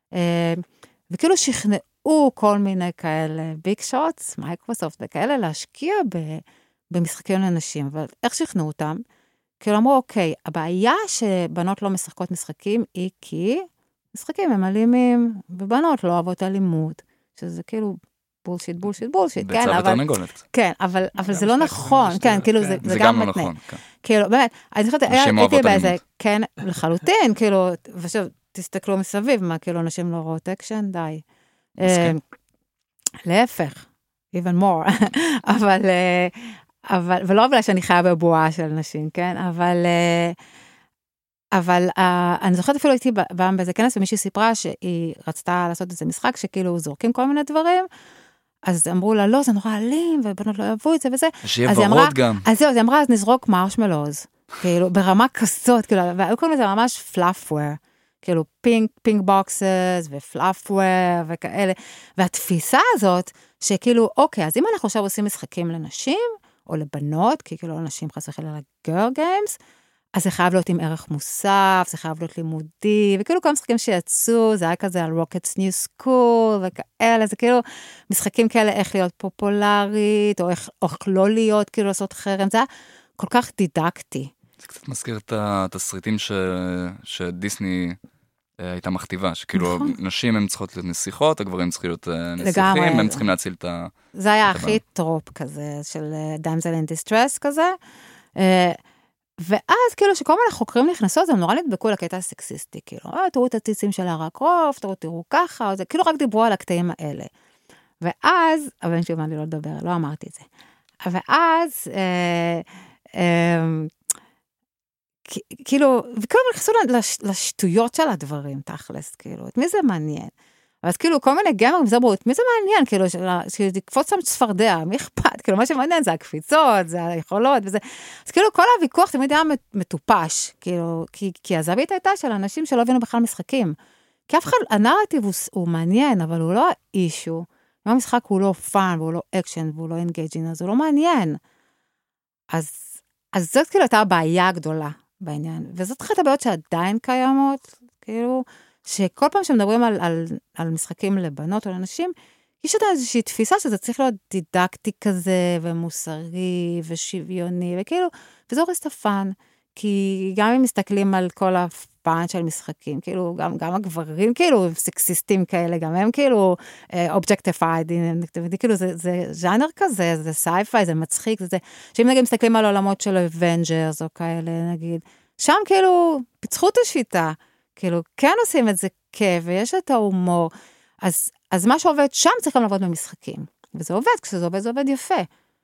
וכאילו שכנעו כל מיני כאלה ביג שוטס, מייקרוסופט וכאלה, להשקיע במשחקים לנשים, אבל איך שכנעו אותם? כאילו אמרו, אוקיי, הבעיה שבנות לא משחקות משחקים היא כי משחקים הם אלימים, ובנות לא אוהבות אלימות, שזה כאילו בולשיט, בולשיט, בולשיט, כן, אבל... כן, אבל, אבל זה לא נכון, כן, כאילו זה, זה גם לא נכון. כאילו, באמת, אני חושבת, הייתי באיזה, כן, לחלוטין, כאילו, ושוב, תסתכלו מסביב, מה, כאילו, אנשים לא רואות אקשן, די. להפך, even more, אבל, אבל, ולא בגלל שאני חיה בבועה של נשים, כן, אבל, אבל, אני זוכרת אפילו הייתי פעם באיזה כנס, ומישהי סיפרה שהיא רצתה לעשות איזה משחק, שכאילו זורקים כל מיני דברים, אז אמרו לה, לא, זה נורא אלים, ובנות לא אוהבו את זה וזה. שיהיה ורוד גם. אז זהו, אז היא אמרה, אז נזרוק מרשמלוז, כאילו, ברמה כזאת, כאילו, והיו קוראים לזה ממש פלאפוור, כאילו, פינק, פינק בוקסס, ופלאפוור, וכאלה. והתפיסה הזאת, שכאילו, אוקיי, אז אם אנחנו עכשיו עושים משחקים לנשים, או לבנות, כי כאילו, אנשים חס וחלילה לגרל גיימס, אז זה חייב להיות עם ערך מוסף, זה חייב להיות לימודי, וכאילו כל משחקים שיצאו, זה היה כזה על Rockets New School, וכאלה, זה כאילו משחקים כאלה איך להיות פופולרית, או איך, איך לא להיות, כאילו לעשות חרם, זה היה כל כך דידקטי. זה קצת מזכיר את התסריטים ש... שדיסני הייתה מכתיבה, שכאילו נכון. נשים הן צריכות להיות נסיכות, הגברים צריכים להיות נסיכים, הם צריכים להציל את ה... זה היה הכי טרופ כזה, של damsel in distress כזה, ואז כאילו שכל מיני חוקרים נכנסות, הם נורא נדבקו לקטע הסקסיסטי, כאילו, אה, תראו את הציצים של הרק רוב, תראו, תראו ככה, או זה, כאילו רק דיברו על הקטעים האלה. ואז, אבל אני שאומר לי לא לדבר, לא אמרתי את זה. ואז, אה, אה, כאילו, וכאילו נכנסו לשטויות של הדברים, תכלס, כאילו, את מי זה מעניין? אז כאילו, כל מיני גמרים, זה ברות, מי זה מעניין? כאילו, שתקפוץ שם צפרדע, מי אכפת? כאילו, מה שמעניין זה הקפיצות, זה היכולות, וזה... אז כאילו, כל הוויכוח תמיד היה מטופש, כאילו, כי, כי הזווית הייתה של אנשים שלא הבינו בכלל משחקים. כי אף אחד, הנרטיב הוא, הוא מעניין, אבל הוא לא אישו. אם המשחק הוא לא פאן, והוא לא אקשן, והוא לא אינגייג'ין, אז הוא לא מעניין. אז, אז זאת כאילו הייתה הבעיה הגדולה בעניין. וזאת אחת הבעיות שעדיין קיימות, כאילו... שכל פעם שמדברים על, על, על משחקים לבנות או לנשים, יש אותה איזושהי תפיסה שזה צריך להיות דידקטי כזה, ומוסרי, ושוויוני, וכאילו, וזה הורס את הפאן, כי גם אם מסתכלים על כל הפאן של משחקים, כאילו, גם, גם הגברים, כאילו, סקסיסטים כאלה, גם הם כאילו, אובג'קטיפייד, כאילו, זה, זה ז'אנר כזה, זה סייפיי, זה מצחיק, זה, שאם נגיד מסתכלים על עולמות של אבנג'רס, או כאלה, נגיד, שם כאילו, פיצחו את השיטה, כאילו, כן עושים את זה כיף, ויש את ההומור, אז, אז מה שעובד שם צריך גם לעבוד במשחקים, וזה עובד, כשזה עובד, זה עובד יפה.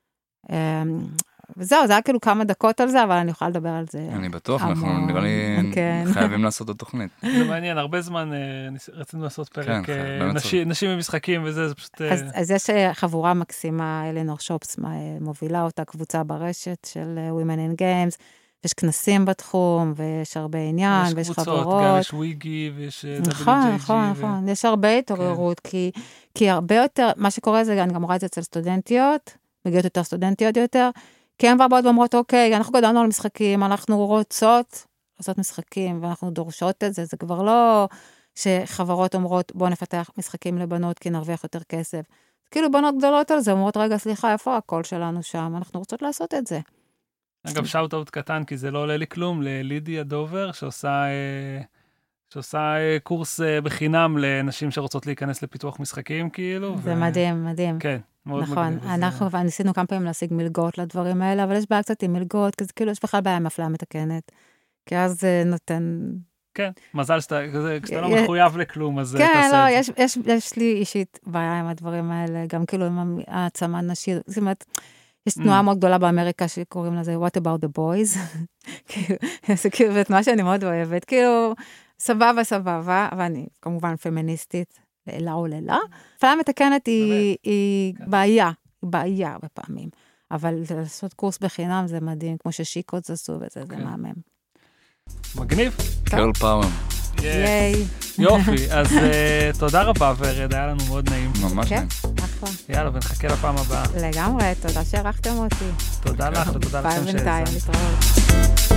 וזהו, זה היה כאילו כמה דקות על זה, אבל אני יכולה לדבר על זה. אני בטוח, אנחנו נראה לי חייבים לעשות את תוכנית. זה מעניין, הרבה זמן רצינו לעשות פרק נשים במשחקים וזה, זה פשוט... אז יש חבורה מקסימה, אלינור שופס מובילה אותה קבוצה ברשת של Women in Games, יש כנסים בתחום, ויש הרבה עניין, ויש חברות. יש קבוצות, גם יש וויגי, ויש דאבליו ג'יי ג'י. נכון, נכון, נכון, יש הרבה התעוררות, כי הרבה יותר, מה שקורה זה, אני גם רואה את זה אצל סטודנטיות, מגיעות יותר סטודנטיות יותר, כי הן באות ואומרות, אוקיי, אנחנו גדלנו על משחקים, אנחנו רוצות לעשות משחקים, ואנחנו דורשות את זה, זה כבר לא שחברות אומרות, בואו נפתח משחקים לבנות, כי נרוויח יותר כסף. כאילו בנות גדולות על זה, אומרות, רגע, סליחה, איפה הקול שלנו שם? אנחנו רוצות לעשות את זה. אגב, שאוט-אוט קטן, כי זה לא עולה לי כלום, ללידיה דובר, שעושה, שעושה קורס בחינם לנשים שרוצות להיכנס לפיתוח משחקים, כאילו. זה ו... מדהים, מדהים. כן, מאוד נכון, מגניב. נכון, אנחנו זה... ניסינו כמה פעמים להשיג מלגות לדברים האלה, אבל יש בעיה קצת עם מלגות, כי זה כאילו יש בכלל בעיה עם אפליה מתקנת, כי אז זה נותן... כן, מזל שאתה, כשאתה לא מחויב לכלום, אז כן, תעשה לא, את זה. כן, לא, יש, יש לי אישית בעיה עם הדברים האלה, גם כאילו עם העצמה נשית, זאת אומרת, יש תנועה מאוד גדולה באמריקה שקוראים לזה What about the boys? זה כאילו, ואת מה שאני מאוד אוהבת, כאילו, סבבה, סבבה, ואני כמובן פמיניסטית, לעילה או לילה. הפעלה מתקנת היא בעיה, היא בעיה הרבה פעמים, אבל לעשות קורס בחינם זה מדהים, כמו ששיקות עשו וזה, זה מהמם. מגניב. קרל פאוור. ייי. יופי, אז תודה רבה ורד, היה לנו מאוד נעים. ממש נעים. אחלה. יאללה, ונחכה לפעם הבאה. לגמרי, תודה שערכתם אותי. תודה לך, ותודה לכם שהזמנתם. ביי בינתיים, להתראות.